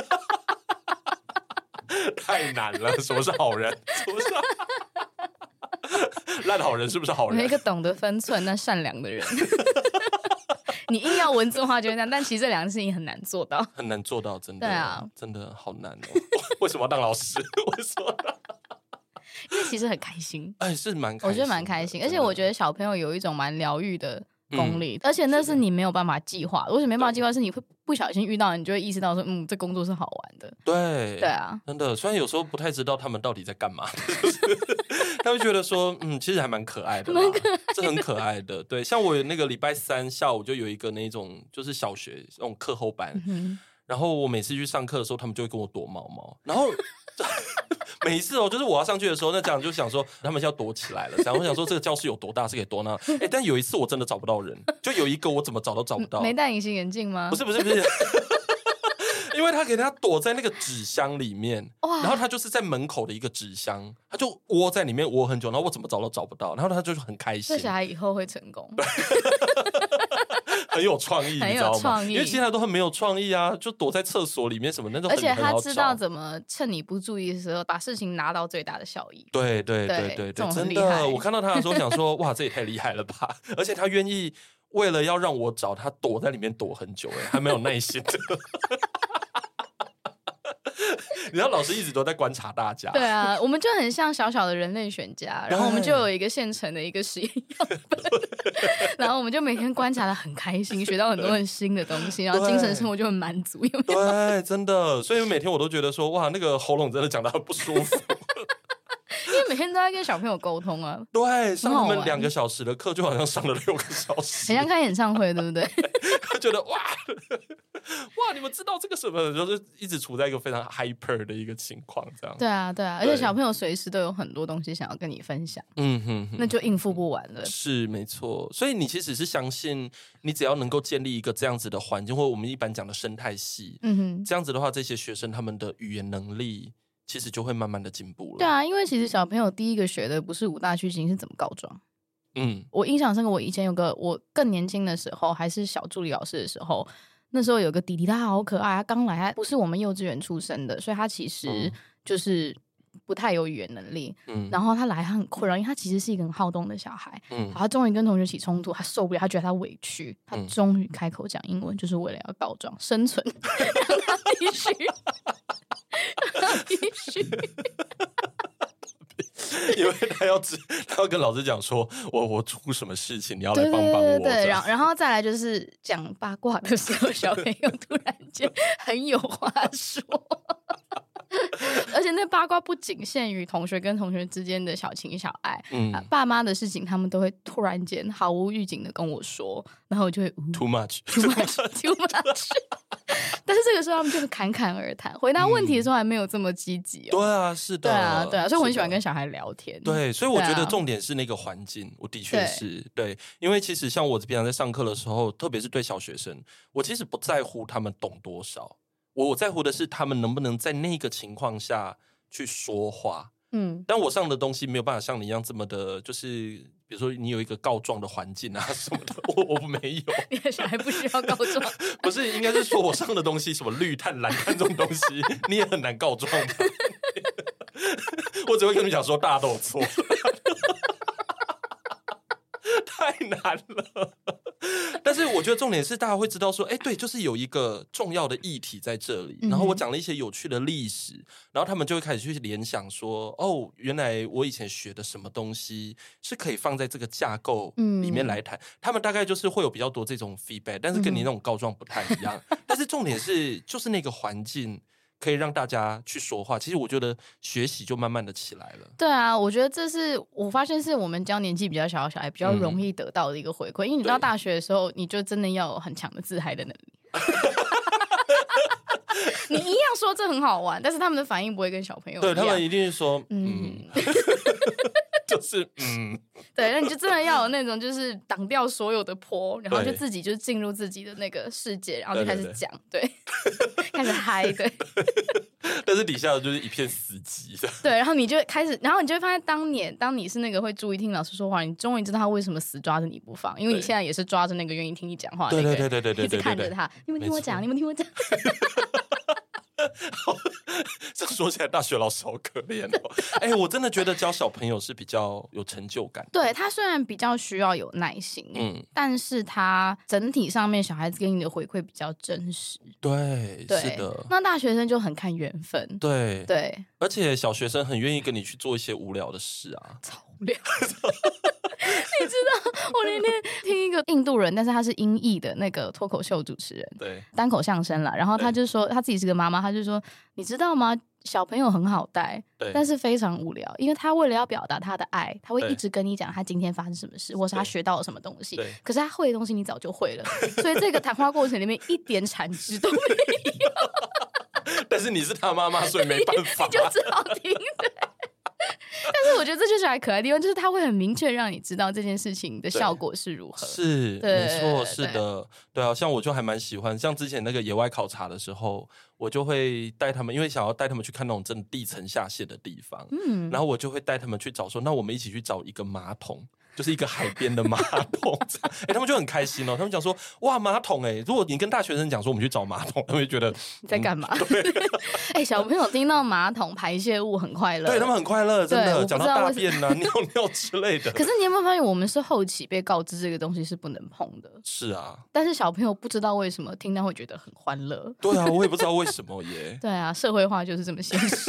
太难了，什么是好人？什么是好烂好人是不是好人？ 一个懂得分寸但善良的人。 你硬要文字化就会这样，但其实这两个事情很难做到， 很难做到，真的。 对啊， 真的好难哦。为什么要当老师？为什么？ 因为其实很开心， 哎，是蛮开心， 我觉得蛮开心，而且我觉得小朋友有一种蛮疗愈的功力、嗯、而且那是你没有办法计划的，为什么没办法计划？是你会不小心遇到，你就会意识到说，嗯，这工作是好玩的。 对对啊， 真的，虽然有时候不太知道他们到底在干嘛，他会觉得说，嗯，其实还蛮可爱的啦，这很可爱的。对，像我那个礼拜三下午就有一个那种就是小学那种课后班、嗯，然后我每次去上课的时候，他们就会跟我躲毛毛，然后。每一次哦，就是我要上去的时候，那家长就想说他们要躲起来了，然后我想说这个教室有多大是可以多大，哎，但有一次我真的找不到人，就有一个我怎么找都找不到。 没戴隐形眼镜吗？ 不是不是不是，因为他给他躲在那个纸箱里面，然后他就是在门口的一个纸箱，他就窝在里面窝很久，然后我怎么找都找不到，然后他就很开心。 这小孩以后会成功。 很有创意， 很有创意， 因为其他都很没有创意啊，就躲在厕所里面什么那种， 而且他知道怎么趁你不注意的时候把事情拿到最大的效益。 对对对对对，真的，我看到他的时候想说，哇，这也太厉害了吧！而且他愿意为了要让我找他躲在里面躲很久，哎，还蛮有耐心的。你知道老师一直都在观察大家。对啊，我们就很像小小的人类选家，然后我们就有一个现成的一个实验样本，然后我们就每天观察得很开心，学到很多很新的东西，然后精神生活就很满足。有没有？ 对，真的，所以每天我都觉得说，哇，那个喉咙真的讲得很不舒服。 因为每天都在跟小朋友沟通啊， 对，上他们两个小时的课就好像上了六个小时， 很像开演唱会，对不对？ 觉得哇哇，你们知道这个什么，就是一直处在一个非常 hyper 的一个情况，这样。 对啊，对啊，而且小朋友随时都有很多东西想要跟你分享，嗯哼哼，那就应付不完了。 是没错，所以你其实是相信，你只要能够建立一个这样子的环境，或者我们一般讲的生态系，嗯哼，这样子的话，这些学生他们的语言能力。其实就会慢慢的进步了。 对啊，因为其实小朋友第一个学的不是五大区型，是怎么告状。嗯，我印象深刻，我以前有个我更年轻的时候，还是小助理老师的时候，那时候有个弟弟，他好可爱，他刚来，他不是我们幼稚园出生的，所以他其实就是不太有语言能力。嗯，然后他来他很困扰，因为他其实是一个很好动的小孩。嗯，他终于跟同学起冲突，他受不了，他觉得他委屈，他终于开口讲英文，就是为了要告状生存，让他必须。必须， 因为他要知，他要跟老师讲说，我我出什么事情，你要来帮帮我。 对对对对，然后然后再来就是讲八卦的时候，小朋友突然间很有话说。而且那八卦不仅限于同学跟同学之间的小情小爱，嗯啊、爸妈的事情他们都会突然间毫无预警的跟我说，然后我就会、 嗯、too much too much too much 但是这个时候他们就是侃侃而谈，回答问题的时候还没有这么积极、哦嗯、 对啊是的， 对啊对啊，所以我很喜欢跟小孩聊天。 对，所以我觉得重点是那个环境、啊、我的确是 对, 对，因为其实像我平常在上课的时候，特别是对小学生，我其实不在乎他们懂多少，我在乎的是他们能不能在那个情况下去说话。嗯，但我上的东西没有办法像你一样这么的，就是比如说你有一个告状的环境啊什么的，我我没有。 你的小孩不需要告状。 不是，应该是说我上的东西，什么绿碳、蓝碳这种东西，你也很难告状的。我只会跟你讲说，大家都有错。太难了。但是我觉得重点是大家会知道说，哎，对，就是有一个重要的议题在这里，然后我讲了一些有趣的历史，然后他们就会开始去联想说，哦，原来我以前学的什么东西是可以放在这个架构里面来谈、嗯、他们大概就是会有比较多这种 feedback， 但是跟你那种告状不太一样、嗯、但是重点是就是那个环境可以让大家去说话，其实我觉得学习就慢慢的起来了。 对啊，我觉得这是我发现是我们教年纪比较小的小孩比较容易得到的一个回馈、嗯、因为你到大学的时候你就真的要有很强的自嗨的能力。你一样说这很好玩，但是他们的反应不会跟小朋友一样， 对，他们一定是说嗯就是嗯， 对，那你就真的要有那种就是挡掉所有的波，然后就自己就进入自己的那个世界，然后就开始讲，对，对对对开始嗨，对。 但是底下就是一片死寂的。 对，然后你就开始，然后你就会发现，当年当你是那个会注意听老师说话，你终于知道他为什么死抓着你不放，因为你现在也是抓着那个愿意听你讲话的那个人， 对对对对对对， 一直看着他，你们听我讲，你们听我讲。 这说起来大学老师好可怜哦。哎、欸，我真的觉得教小朋友是比较有成就感。 对，他虽然比较需要有耐心，嗯，但是他整体上面小孩子给你的回馈比较真实。 对，对是的。 那大学生就很看缘分。 对对， 而且小学生很愿意跟你去做一些无聊的事啊， 超无聊。你知道我那天听一个印度人，但是他是英裔的那个脱口秀主持人， 对， 单口相声啦。然后他就说他自己是个妈妈，他就说你知道吗？小朋友很好带，但是非常无聊，因为他为了要表达他的爱，他会一直跟你讲他今天发生什么事，或是他学到了什么东西。可是他会的东西你早就会了，所以这个谈话过程里面一点产值都没有。 但是你是他妈妈，所以没办法， 你就只好听。但是我觉得这就是小孩可爱的地方，就是他会很明确让你知道这件事情的效果是如何。 是，没错，是的，对啊，像我就还蛮喜欢，像之前那个野外考察的时候，我就会带他们，因为想要带他们去看那种真的地层下陷的地方，嗯，然后我就会带他们去找说，那我们一起去找一个马桶。就是一个海边的马桶，哎、欸，他们就很开心哦。他们讲说，哇，马桶哎、欸！如果你跟大学生讲说我们去找马桶，他们会觉得你在干嘛？ 嗯、对， 哎、欸，小朋友听到马桶排泄物很快乐， 对他们很快乐，真的。讲到大便啊、尿尿之类的。 可是你有没有发现，我们是后期被告知这个东西是不能碰的？ 是啊。 但是小朋友不知道为什么听到会觉得很欢乐。 对啊，我也不知道为什么耶。 对啊，社会化就是这么现实。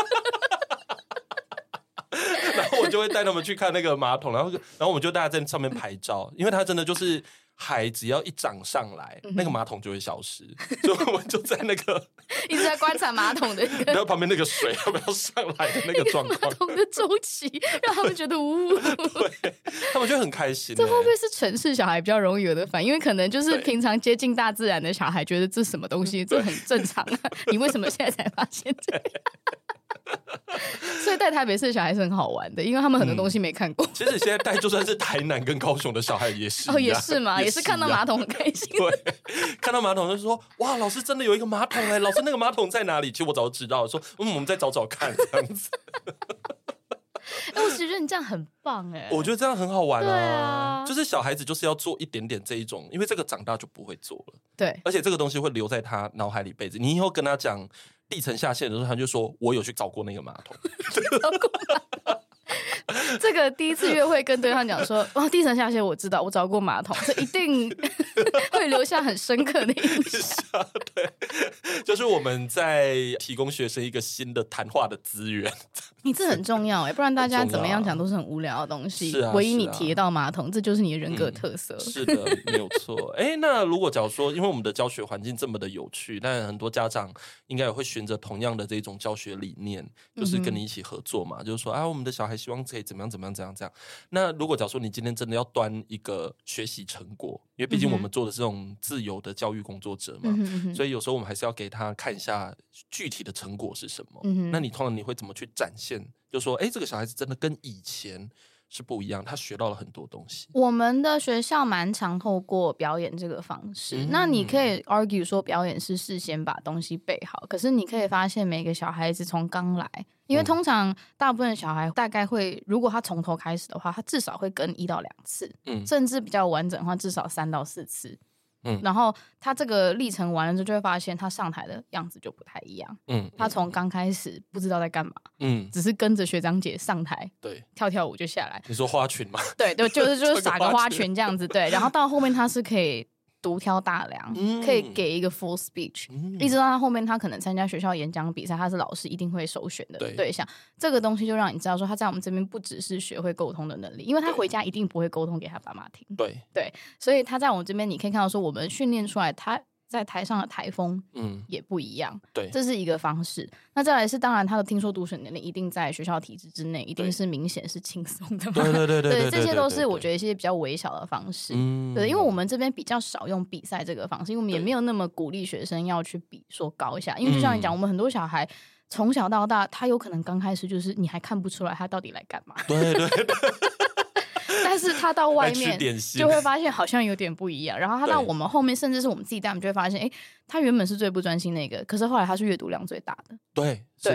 然后我就会带他们去看那个马桶，然后然后我们就大家在上面拍照，因为它真的就是海只要一涨上来，嗯、那个马桶就会消失，所以我们就在那个一直在观察马桶的， 然后旁边那个水要不要上来的那个状况， 马桶的周期，让他们觉得呜， 对，他们就很开心、欸。 这会不会是城市小孩比较容易有的反应？因为可能就是平常接近大自然的小孩，觉得这什么东西，这很正常啊。你为什么现在才发现这样？所以带台北市的小孩是很好玩的，因为他们很多东西没看过。嗯、 其实现在带就算是台南跟高雄的小孩也是， 哦，也是嘛，也是看到马桶很开心。 对，看到马桶就说：“哇，老师真的有一个马桶哎、欸！老师那个马桶在哪里？”其实我早就知道，说嗯，我们再找找看这样子。 哎、欸，我觉得你这样很棒哎、欸， 我觉得这样很好玩啊。 对啊， 就是小孩子就是要做一点点这一种，因为这个长大就不会做了。 对， 而且这个东西会留在他脑海里一辈子。你以后跟他讲地层下陷的时候，他就说：“我有去找过那个马桶。” 找过马桶。这个第一次约会跟对方讲说：“哇，地层下陷我知道，我找过马桶，这一定会留下很深刻的印象。” 对，就是我们在提供学生一个新的谈话的资源。 你这很重要哎、欸，不然大家怎么样讲都是很无聊的东西。 是啊， 唯一你提到马桶，这就是你的人格特色。 嗯、是的，没有错。哎，那如果假如说，因为我们的教学环境这么的有趣，但很多家长应该也会选择同样的这种教学理念，就是跟你一起合作嘛。嗯、就是说啊，我们的小孩希望可以怎么样怎么样怎样怎样。那如果假如说你今天真的要端一个学习成果，因为毕竟我们做的是这种自由的教育工作者嘛，嗯、所以有时候我们还是要给他看一下具体的成果是什么。嗯、那你通常你会怎么去展现？就说，哎，这个小孩子真的跟以前是不一样，他学到了很多东西。 我们的学校蛮常透过表演这个方式，嗯、那你可以 argue 说表演是事先把东西背好，可是你可以发现每个小孩子从刚来，因为通常大部分的小孩大概会，如果他从头开始的话，他至少会跟一到两次，嗯、甚至比较完整的话，至少三到四次。嗯，然后他这个历程完了之后，就会发现他上台的样子就不太一样。嗯，他从刚开始不知道在干嘛，嗯，只是跟着学长姐上台， 对， 跳跳舞就下来。 你说花裙吗？ 对对，就是就是撒个花裙这样子，对。然后到后面他是可以独挑大梁，嗯、可以给一个 full speech，嗯、一直到他后面他可能参加学校演讲比赛，他是老师一定会首选的对象。这个东西就让你知道说他在我们这边不只是学会沟通的能力，因为他回家一定不会沟通给他爸妈听。 对对，所以他在我们这边你可以看到说我们训练出来他在台上的台风嗯也不一样。对，这是一个方式。那再来是当然他的听说读写能力一定在学校体制之内一定是明显是轻松的嘛。 对对对 对, 对, 对, 对, 对, 对, 对, 对, 对, 对, 对, 对, 对, 对, 对， 这些都是我觉得一些比较微小的方式。嗯，对，因为我们这边比较少用比赛这个方式，因为我们也没有那么鼓励学生要去比说高下，因为就像你讲，我们很多小孩从小到大，他有可能刚开始就是你还看不出来他到底来干嘛。 对对对。 但是他到外面就会发现好像有点不一样，然后他到我们后面，甚至是我们自己带，我们就会发现，哎，他原本是最不专心那个，可是后来他是阅读量最大的。 对，是的。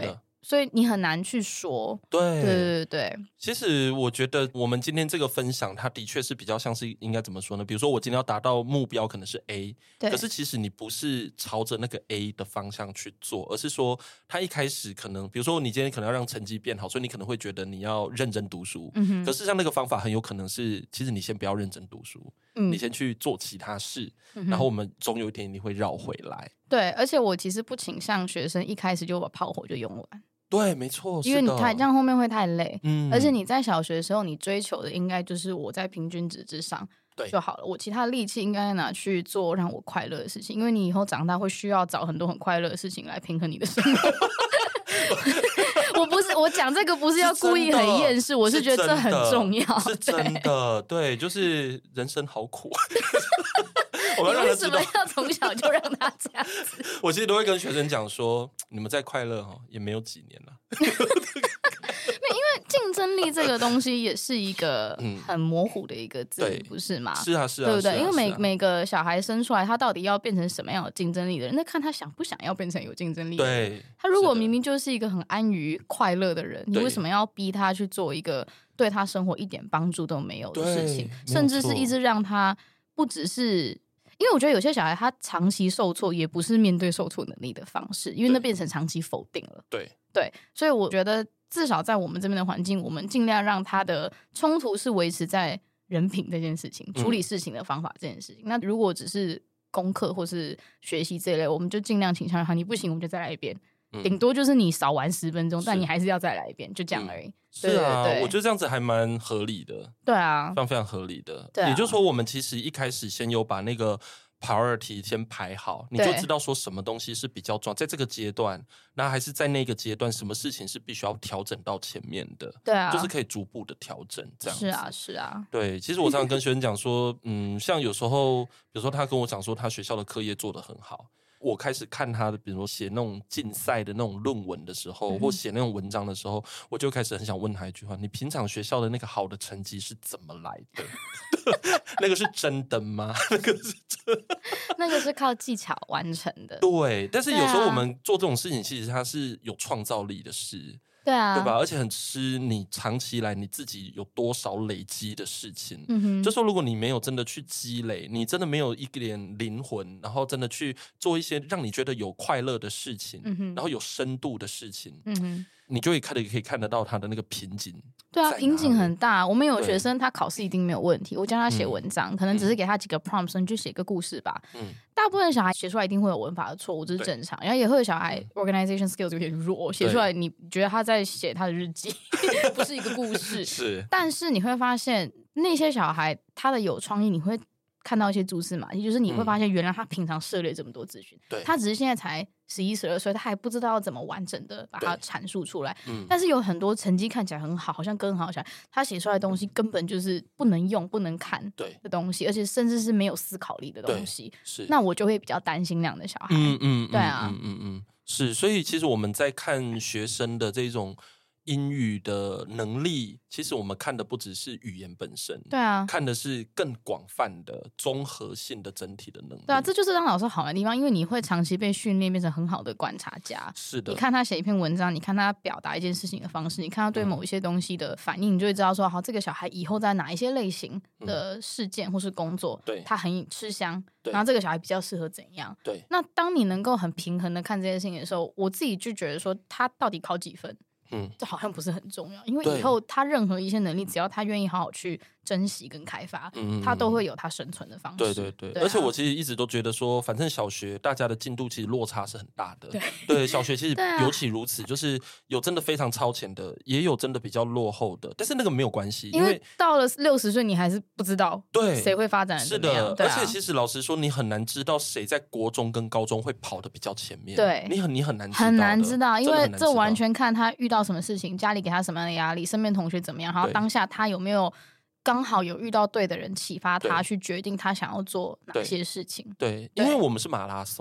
所以你很难去说。 对对对对， 其实我觉得我们今天这个分享，它的确是比较像是应该怎么说呢？比如说我今天要达到目标可能是 A， 可是其实你不是朝着那个 A 的方向去做，而是说他一开始可能，比如说你今天可能要让成绩变好，所以你可能会觉得你要认真读书，嗯、可是像那个方法很有可能是，其实你先不要认真读书，嗯、你先去做其他事，嗯、然后我们总有一天你会绕回来。 对，而且我其实不倾向学生一开始就把炮火就用完。 对，没错， 因为你太这样后面会太累，嗯，而且你在小学的时候，你追求的应该就是我在平均值之上就好了，我其他的力气应该拿去做让我快乐的事情，因为你以后长大会需要找很多很快乐的事情来平衡你的生活。我不是我讲这个不是要故意很厌世，我是觉得这很重要， 是真的，对，就是人生好苦。 我们为什么要从小就让他这样子？ 我其实都会跟学生讲说，你们再快乐也没有几年了。 因为竞争力这个东西也是一个很模糊的一个字，嗯、不是吗？ 是啊，是啊， 对不对？ 啊、 因为每、 啊、 每个小孩生出来，他到底要变成什么样有竞争力的人，那看他想不想要变成有竞争力的人。 对， 他如果明明就是一个很安于快乐的人，你为什么要逼他去做一个对他生活一点帮助都没有的事情，甚至是一直让他不只是。因为我觉得有些小孩他长期受挫也不是面对受挫能力的方式，因为那变成长期否定了。 对对，所以我觉得至少在我们这边的环境，我们尽量让他的冲突是维持在人品这件事情、处理事情的方法这件事情。嗯、那如果只是功课或是学习这一类，我们就尽量倾向好，你不行我们就再来一遍。顶多就是你少玩十分钟，但你还是要再来一遍，就这样而已。嗯、 是啊，对对对，我觉得这样子还蛮合理的。 对啊， 非常非常合理的。 对、啊， 也就是说，我们其实一开始先有把那个 priority 先排好，你就知道说什么东西是比较重要，在这个阶段，那还是在那个阶段，什么事情是必须要调整到前面的。 对啊， 就是可以逐步的调整，这样子。 是啊，是啊。 对，其实我常常跟学生讲说，嗯，像有时候，比如说他跟我讲说，他学校的课业做得很好。我开始看他的，比如说写那种竞赛的那种论文的时候，嗯、或写那种文章的时候，我就开始很想问他一句话：你平常学校的那个好的成绩是怎么来的？那个是真的吗？那个是真， 那个是靠技巧完成的。 对，但是有时候我们做这种事情，其实它是有创造力的事。 对啊， 对吧？而且很吃你长期以来你自己有多少累积的事情。 嗯哼， 就说如果你没有真的去积累，你真的没有一点灵魂，然后真的去做一些让你觉得有快乐的事情，嗯哼，然后有深度的事情，嗯哼，你就会看得可以看得到他的那个瓶颈。 对啊，瓶颈很大。我们有学生他考试一定没有问题，我教他写文章，嗯、可能只是给他几个 prompts，你就写个故事吧。嗯，大部分小孩写出来一定会有文法的错误，这是正常。然后也会有小孩 organization skills 有点弱，写出来你觉得他在写他的日记，不是一个故事。 是， 但是你会发现那些小孩他的有创意，你会看到一些蛛丝马迹，就是你会发现原来他平常涉猎这么多资讯， 对， 他只是现在才十一十二岁，他还不知道要怎么完整的把它阐述出来。嗯，但是有很多成绩看起来很好，好像跟很好小孩，他写出来的东西根本就是不能用、不能看的东西，而且甚至是没有思考力的东西。 是， 那我就会比较担心那样的小孩。 嗯嗯， 对啊， 嗯嗯嗯，是。所以其实我们在看学生的这种英语的能力，其实我们看的不只是语言本身， 对啊， 看的是更广泛的综合性的整体的能力。 对啊，这就是当老师好的地方，因为你会长期被训练变成很好的观察家。 是的， 你看他写一篇文章，你看他表达一件事情的方式，你看他对某一些东西的反应，嗯、你就会知道说，好，这个小孩以后在哪一些类型的事件或是工作， 对、嗯， 他很吃香，然后这个小孩比较适合怎样。 对， 那当你能够很平衡的看这件事情的时候，我自己就觉得说，他到底考几分？嗯，这好像不是很重要，因为以后他任何一些能力，只要他愿意好好去珍惜跟开发，嗯、他都会有他生存的方式。 对对对，对啊、而且我其实一直都觉得说，反正小学大家的进度其实落差是很大的。 对， 对，小学其实尤其如此，就是有真的非常超前的，也有真的比较落后的，但是那个没有关系， 因为到了六十岁，你还是不知道对谁会发展得怎么样。 是的，而且其实老实说，你很难知道谁在国中跟高中会跑得比较前面。 对， 你很你很难知道很难知道，因为这完全看他遇到什么事情，家里给他什么样的压力，身边同学怎么样，然后当下他有没有刚好有遇到对的人启发他去决定他想要做哪些事情。 对，对，因为我们是马拉松，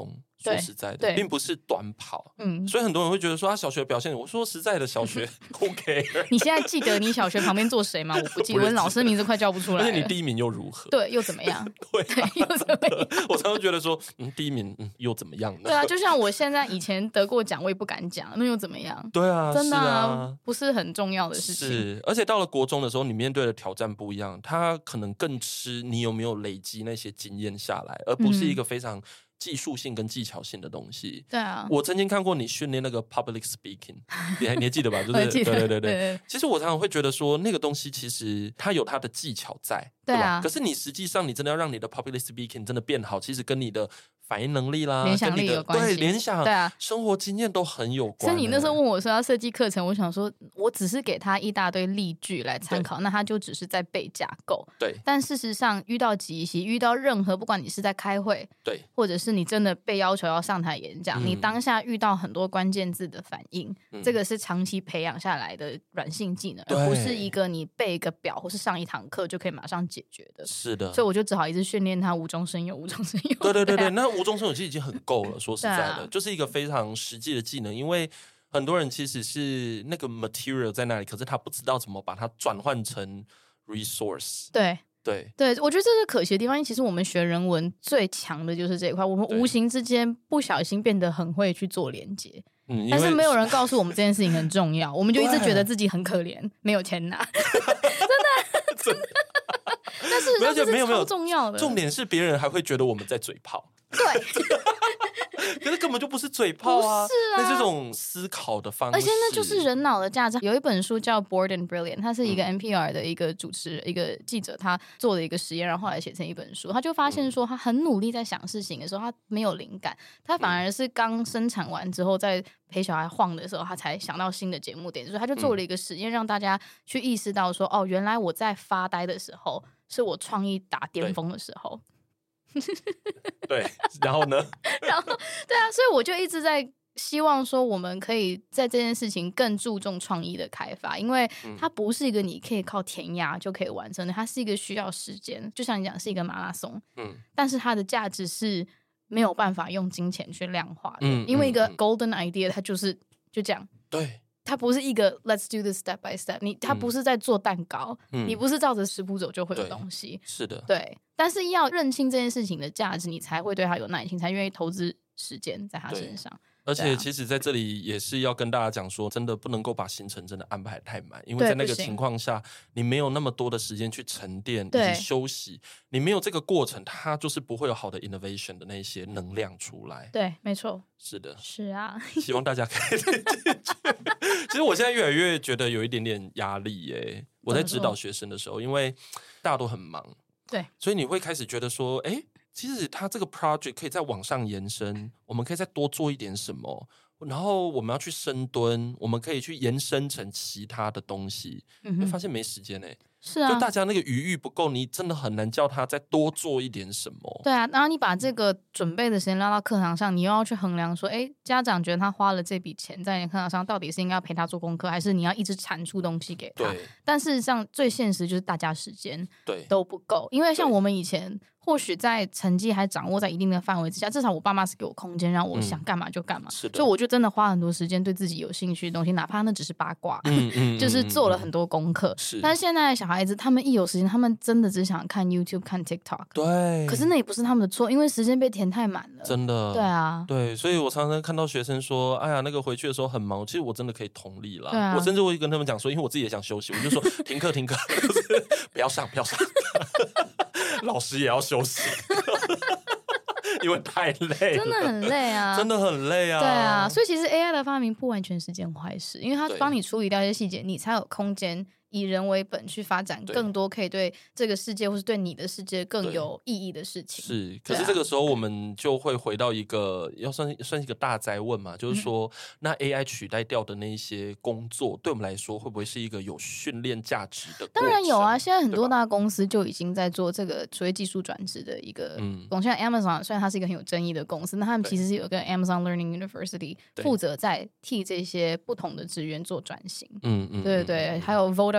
说实在的，并不是短跑。嗯，所以很多人会觉得说他小学表现，我说实在的，小学 OK。 你现在记得你小学旁边坐谁吗？我不记得，我老师的名字快叫不出来了。 而且你第一名又如何？ 对，又怎么样？ 对、啊， 对，又怎么样？ 我常常觉得说，嗯，第一名，嗯，又怎么样呢？ 对啊，就像我现在以前得过奖，我也不敢讲，那又怎么样？ 对啊， 真的 啊, 啊， 不是很重要的事情。 是，而且到了国中的时候，你面对的挑战不一样，他可能更吃你有没有累积那些经验下来，而不是一个非常技术性跟技巧性的东西。 对啊， 我曾经看过你训练那个 public speaking， 你还你还记得吧？就是对对对对对。 其实我常常会觉得说，那个东西其实它有它的技巧在， 对啊。 对吧？可是你实际上你真的要让你的 public speaking 真的变好，其实跟你的反应能力啦、 联想力有关系， 对联想、 对啊， 生活经验都很有关、欸。 所以你那时候问我说要设计课程，我想说，我只是给他一大堆例句来参考，那他就只是在背架构。 对。 但事实上，遇到即席，遇到任何，不管你是在开会， 对， 或者是你真的被要求要上台演讲，嗯、你当下遇到很多关键字的反应、嗯，这个是长期培养下来的软性技能，而不是一个你背一个表或是上一堂课就可以马上解决的。 是的。 所以我就只好一直训练他无中生有，无中生有。 对对对对，那无中生有其实已经很够了。说实在的、 啊， 就是一个非常实际的技能，因为很多人其实是那个 material 在那里，可是他不知道怎么把它转换成 resource。 对。 对对，我觉得这是可惜的地方。因为其实我们学人文最强的就是这一块，我们无形之间不小心变得很会去做连接。嗯，但是没有人告诉我们这件事情很重要，我们就一直觉得自己很可怜，没有钱拿，真的，真的。但是这是超重要的， 重点是别人还会觉得我们在嘴炮。 对， 可是根本就不是嘴炮啊， 不是啊， 那是这种思考的方式， 而且那就是人脑的价值。有一本书叫《Bored and Brilliant》，他是一个 N P R 的一个主持人、嗯、一个记者，他做了一个实验，然后后来写成一本书。他就发现说，他很努力在想事情的时候，他没有灵感，他反而是刚生产完之后，在陪小孩晃的时候，他才想到新的节目点。所以他就做了一个实验，让大家去意识到说，哦，原来我在发呆的时候，是我创意打巅峰的时候。 对，然后呢？ 然后对啊，所以我就一直在希望说，我们可以在这件事情更注重创意的开发，因为它不是一个你可以靠填鸭就可以完成的，它是一个需要时间。就像你讲，是一个马拉松，嗯，但是它的价值是没有办法用金钱去量化的，嗯、因为一个 golden idea 它就是就这样， 对。 它不是一个 let's do this step by step， 你它不是在做蛋糕、嗯，你不是照着食谱走就会有东西， 是的， 对。但是要认清这件事情的价值，你才会对它有耐心，才愿意投资时间在它身上。 而且其实在这里也是要跟大家讲说，真的不能够把行程真的安排太满，因为在那个情况下你没有那么多的时间去沉淀以及休息，你没有这个过程，它就是不会有好的 innovation 的那些能量出来。 对，没错， 是的， 是啊。 希望大家可以其实我现在越来越觉得有一点点压力耶，我在指导学生的时候，因为大家都很忙， 对， 所以你会开始觉得说，哎，其实他这个 project 可以再往上延伸，我们可以再多做一点什么，然后我们要去深蹲，我们可以去延伸成其他的东西，嗯、会发现没时间哎。 是啊， 就大家那个余裕不够，你真的很难叫他再多做一点什么。 对啊，然后你把这个准备的时间拉到课堂上，你又要去衡量说，哎，家长觉得他花了这笔钱在你课堂上，到底是应该陪他做功课，还是你要一直产出东西给他？ 对。 但事实上，最现实就是大家时间对都不够，因为像我们以前。或许在成绩还掌握在一定的范围之下，至少我爸妈是给我空间，让我想干嘛就干嘛、嗯、所以我就真的花很多时间对自己有兴趣的东西，哪怕那只是八卦、嗯嗯、就是做了很多功课、嗯、但是现在的小孩子他们一有时间，他们真的只想看 YouTube 看 TikTok。 对， 可是那也不是他们的错，因为时间被填太满了， 真的。 对啊， 对，所以我常常看到学生说，哎呀那个回去的时候很忙，其实我真的可以同理啦、 啊、 我甚至会跟他们讲说，因为我自己也想休息，我就说停课停课不要上不要上老师也要休息因为太累了， 真的很累啊， 真的很累啊。 对啊，所以其实 A I 的发明不完全是件坏事，因为它帮你处理掉一些细节，你才有空间以人为本去发展更多可以对这个世界或是对你的世界更有意义的事情。 是，可是这个时候我们就会回到一个要算算是一个大哉问嘛，就是说、嗯、那 A I 取代掉的那一些工作，对我们来说会不会是一个有训练价值的过程？ 当然有啊，现在很多大公司就已经在做这个所谓技术转职的一个公司，像 Amazon 虽然它是一个很有争议的公司，那他们其实是有个 Amazon Learning University 负责在替这些不同的职员做转型。嗯嗯，对对对，还有 Vodafone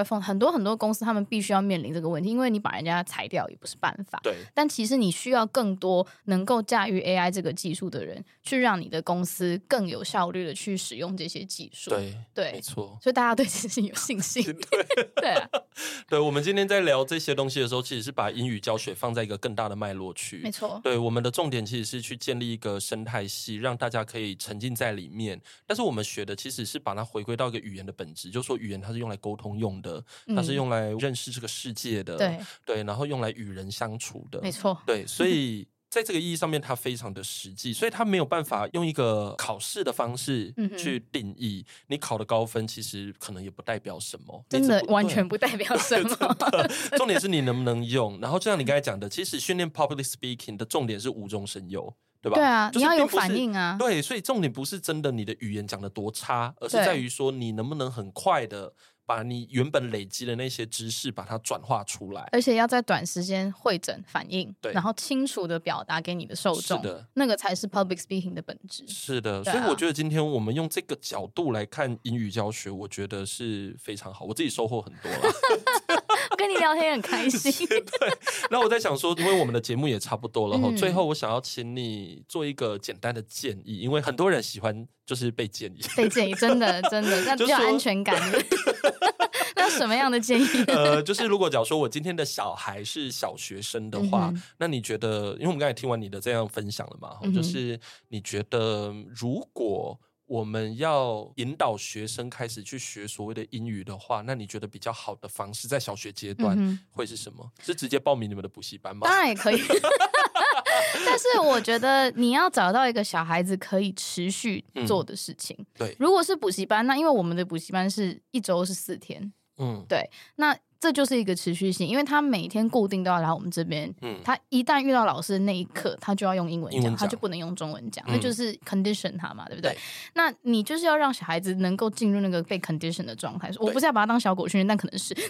iPhone， 很多很多公司他们必须要面临这个问题，因为你把人家裁掉也不是办法。 对， 但其实你需要更多能够驾驭 A I 这个技术的人，去让你的公司更有效率的去使用这些技术。 对对， 没错。 所以大家对这件事情有信心。 对对啊， 对，我们今天在聊这些东西的时候，其实是把英语教学放在一个更大的脉络去。 没错。 对，我们的重点其实是去建立一个生态系，让大家可以沉浸在里面。但是我们学的其实是把它回归到一个语言的本质，就是说语言它是用来沟通用的，它是用来认识这个世界的， 对对，然后用来与人相处的， 没错。 对，所以在这个意义上面，它非常的实际，所以它没有办法用一个考试的方式去定义。嗯、你考的高分，其实可能也不代表什么， 真的完全不代表什么。 重点是你能不能用。然后就像你刚才讲的，其实训练 public speaking 的重点是无中生有。对吧？ 对啊， 就是、 你要有反应啊。 对，所以重点不是真的你的语言讲得多差，而是在于说你能不能很快的把你原本累积的那些知识把它转化出来， 而且要在短时间汇整反应， 对， 然后清楚的表达给你的受众， 是的， 那个才是 public speaking 的本质。 是的， 啊、 所以我觉得今天我们用这个角度来看英语教学，我觉得是非常好，我自己收获很多啦。 我跟你聊天很开心。 对，那我在想说，因为我们的节目也差不多了、嗯、最后我想要请你做一个简单的建议，因为很多人喜欢就是被建议， 被建议真的真的，那比较安全感。那什么样的建议？ 呃，就是如果假如说我今天的小孩是小学生的话，嗯、那你觉得，因为我们刚才听完你的这样分享了嘛，嗯、就是你觉得如果我们要引导学生开始去学所谓的英语的话，那你觉得比较好的方式在小学阶段会是什么？嗯、是直接报名你们的补习班吗？ 当然也可以。但是我觉得你要找到一个小孩子可以持续做的事情。嗯、 对， 如果是补习班，那因为我们的补习班是一周是四天，嗯，对，那这就是一个持续性，因为他每天固定都要来我们这边，嗯，他一旦遇到老师的那一刻，他就要用英文 讲, 英文讲，他就不能用中文讲，那、嗯、就是 condition 他嘛，对不对？对，那你就是要让小孩子能够进入那个被 condition 的状态。我不是要把他当小狗训练，但可能是。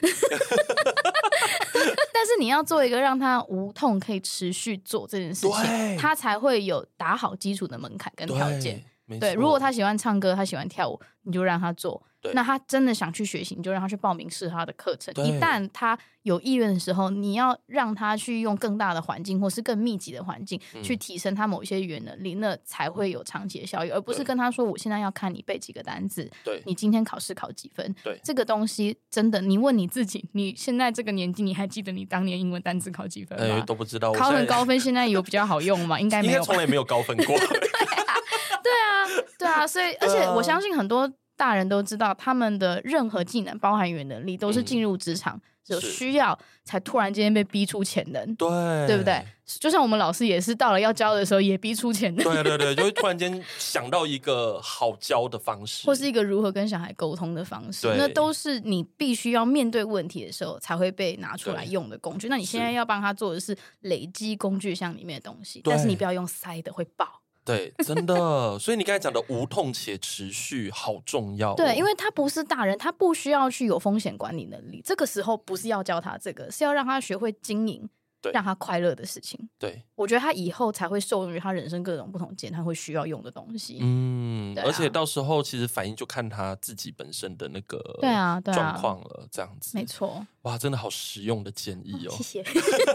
但是你要做一个让他无痛可以持续做这件事情，他才会有打好基础的门槛跟条件。对，如果他喜欢唱歌，他喜欢跳舞，你就让他做。那他真的想去学习，你就让他去报名适合他的课程。一旦他有意愿的时候，你要让他去用更大的环境或是更密集的环境、嗯、去提升他某一些语言能力，那才会有长期的效益，而不是跟他说我现在要看你背几个单字，对，你今天考试考几分。对，这个东西真的，你问你自己，你现在这个年纪，你还记得你当年英文单字考几分吗？ 欸、都不知道。 考很高分，现在有比较好用吗？应该没有， 应该从来没有高分过。 对啊，对啊，所以而且我相信很多大人都知道，他们的任何技能，包含语言能力，都是进入职场、嗯、有需要才突然间被逼出潜能， 对， 对不对？就像我们老师也是到了要教的时候，也逼出潜能， 对对对，就会突然间想到一个好教的方式， 或是一个如何跟小孩沟通的方式，那都是你必须要面对问题的时候才会被拿出来用的工具。那你现在要帮他做的是累积工具箱里面的东西，但是你不要用塞的，会爆。 对，真的，所以你刚才讲的无痛且持续好重要、哦。 对，因为他不是大人，他不需要去有风险管理能力。这个时候不是要教他这个，是要让他学会经营，让他快乐的事情。对，我觉得他以后才会受用于他人生各种不同阶段会需要用的东西。嗯， 啊、而且到时候其实反应就看他自己本身的那个对啊状况了，啊、这样子。 没错。 哇，真的好实用的建议哦， 哦谢谢。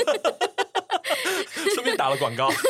顺便打了广告。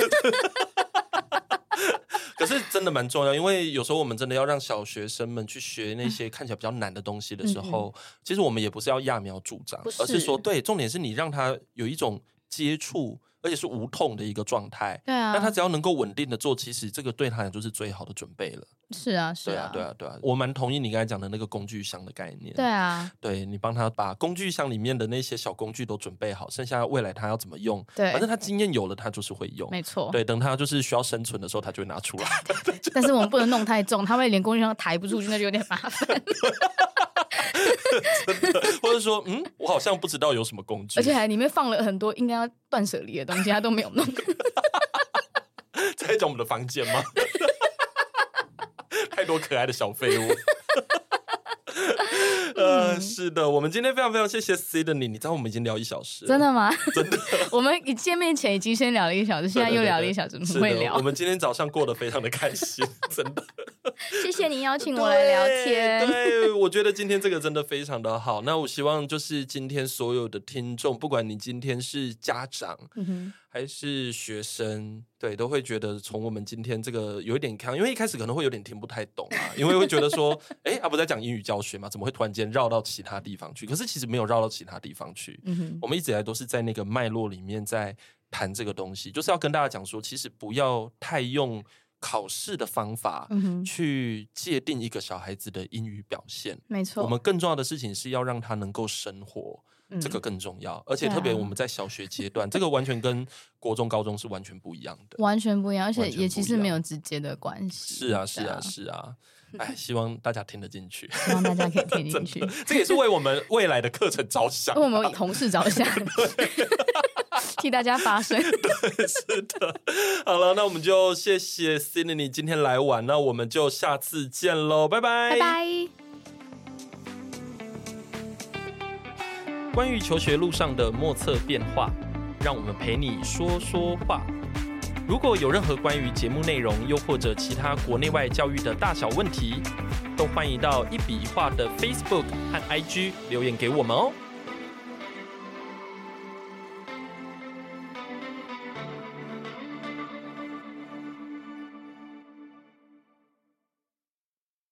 可是真的蛮重要，因为有时候我们真的要让小学生们去学那些看起来比较难的东西的时候，嗯、其实我们也不是要揠苗助长，而是说，对，重点是你让他有一种接触，而且是无痛的一个状态。对啊，那他只要能够稳定的做，其实这个对他来讲就是最好的准备了。 是啊，是啊， 对啊，对啊，对啊，我蛮同意你刚才讲的那个工具箱的概念。 对啊， 对，你帮他把工具箱里面的那些小工具都准备好，剩下未来他要怎么用，对，反正他经验有了，他就是会用。没错，对，等他就是需要生存的时候，他就会拿出来。 但是我们不能弄太重，他会连工具箱抬不出去，那就有点麻烦。 真的，或者说，嗯，我好像不知道有什么工具， 而且还里面放了很多应该要断舍离的东西，他都没有弄。 在讲我们的房间吗？太多可爱的小废物。呃， 呃，是的，我们今天非常非常谢谢 Sydney， 你知道我们已经聊一小时了， 真的吗？ 真的， 我们一见面前已经先聊了一小时，现在又聊了一小时，很会聊。 我们今天早上过得非常的开心，真的。 谢谢你邀请我来聊天。 对，对我觉得今天这个真的非常的好。那我希望就是今天所有的听众，不管你今天是家长，嗯哼，还是学生，对，都会觉得从我们今天这个有一点看，因为一开始可能会有点听不太懂啊，因为会觉得说，哎，啊不在讲英语教学嘛，怎么会突然间绕到其他地方去？可是其实没有绕到其他地方去，嗯哼，我们一直以来都是在那个脉络里面在谈这个东西，就是要跟大家讲说，其实不要太用考试的方法去界定一个小孩子的英语表现， 没错。 我们更重要的事情是要让他能够生活。这个更重要，而且特别我们在小学阶段，这个完全跟国中、高中是完全不一样的， 完全不一样，而且也其实没有直接的关系。 是啊，是啊，是啊。哎，希望大家听得进去， 希望大家可以听进去， 这也是为我们未来的课程着想， 为我们同事着想，替大家发声。 对，是的。好了，那我们就谢谢 Sydney 今天来玩，那我们就下次见喽，拜拜， 拜拜。 关于求学路上的莫测变化，让我们陪你说说话。如果有任何关于节目内容，又或者其他国内外教育的大小问题，都欢迎到一笔一画的 Facebook 和 I G 留言给我们哦。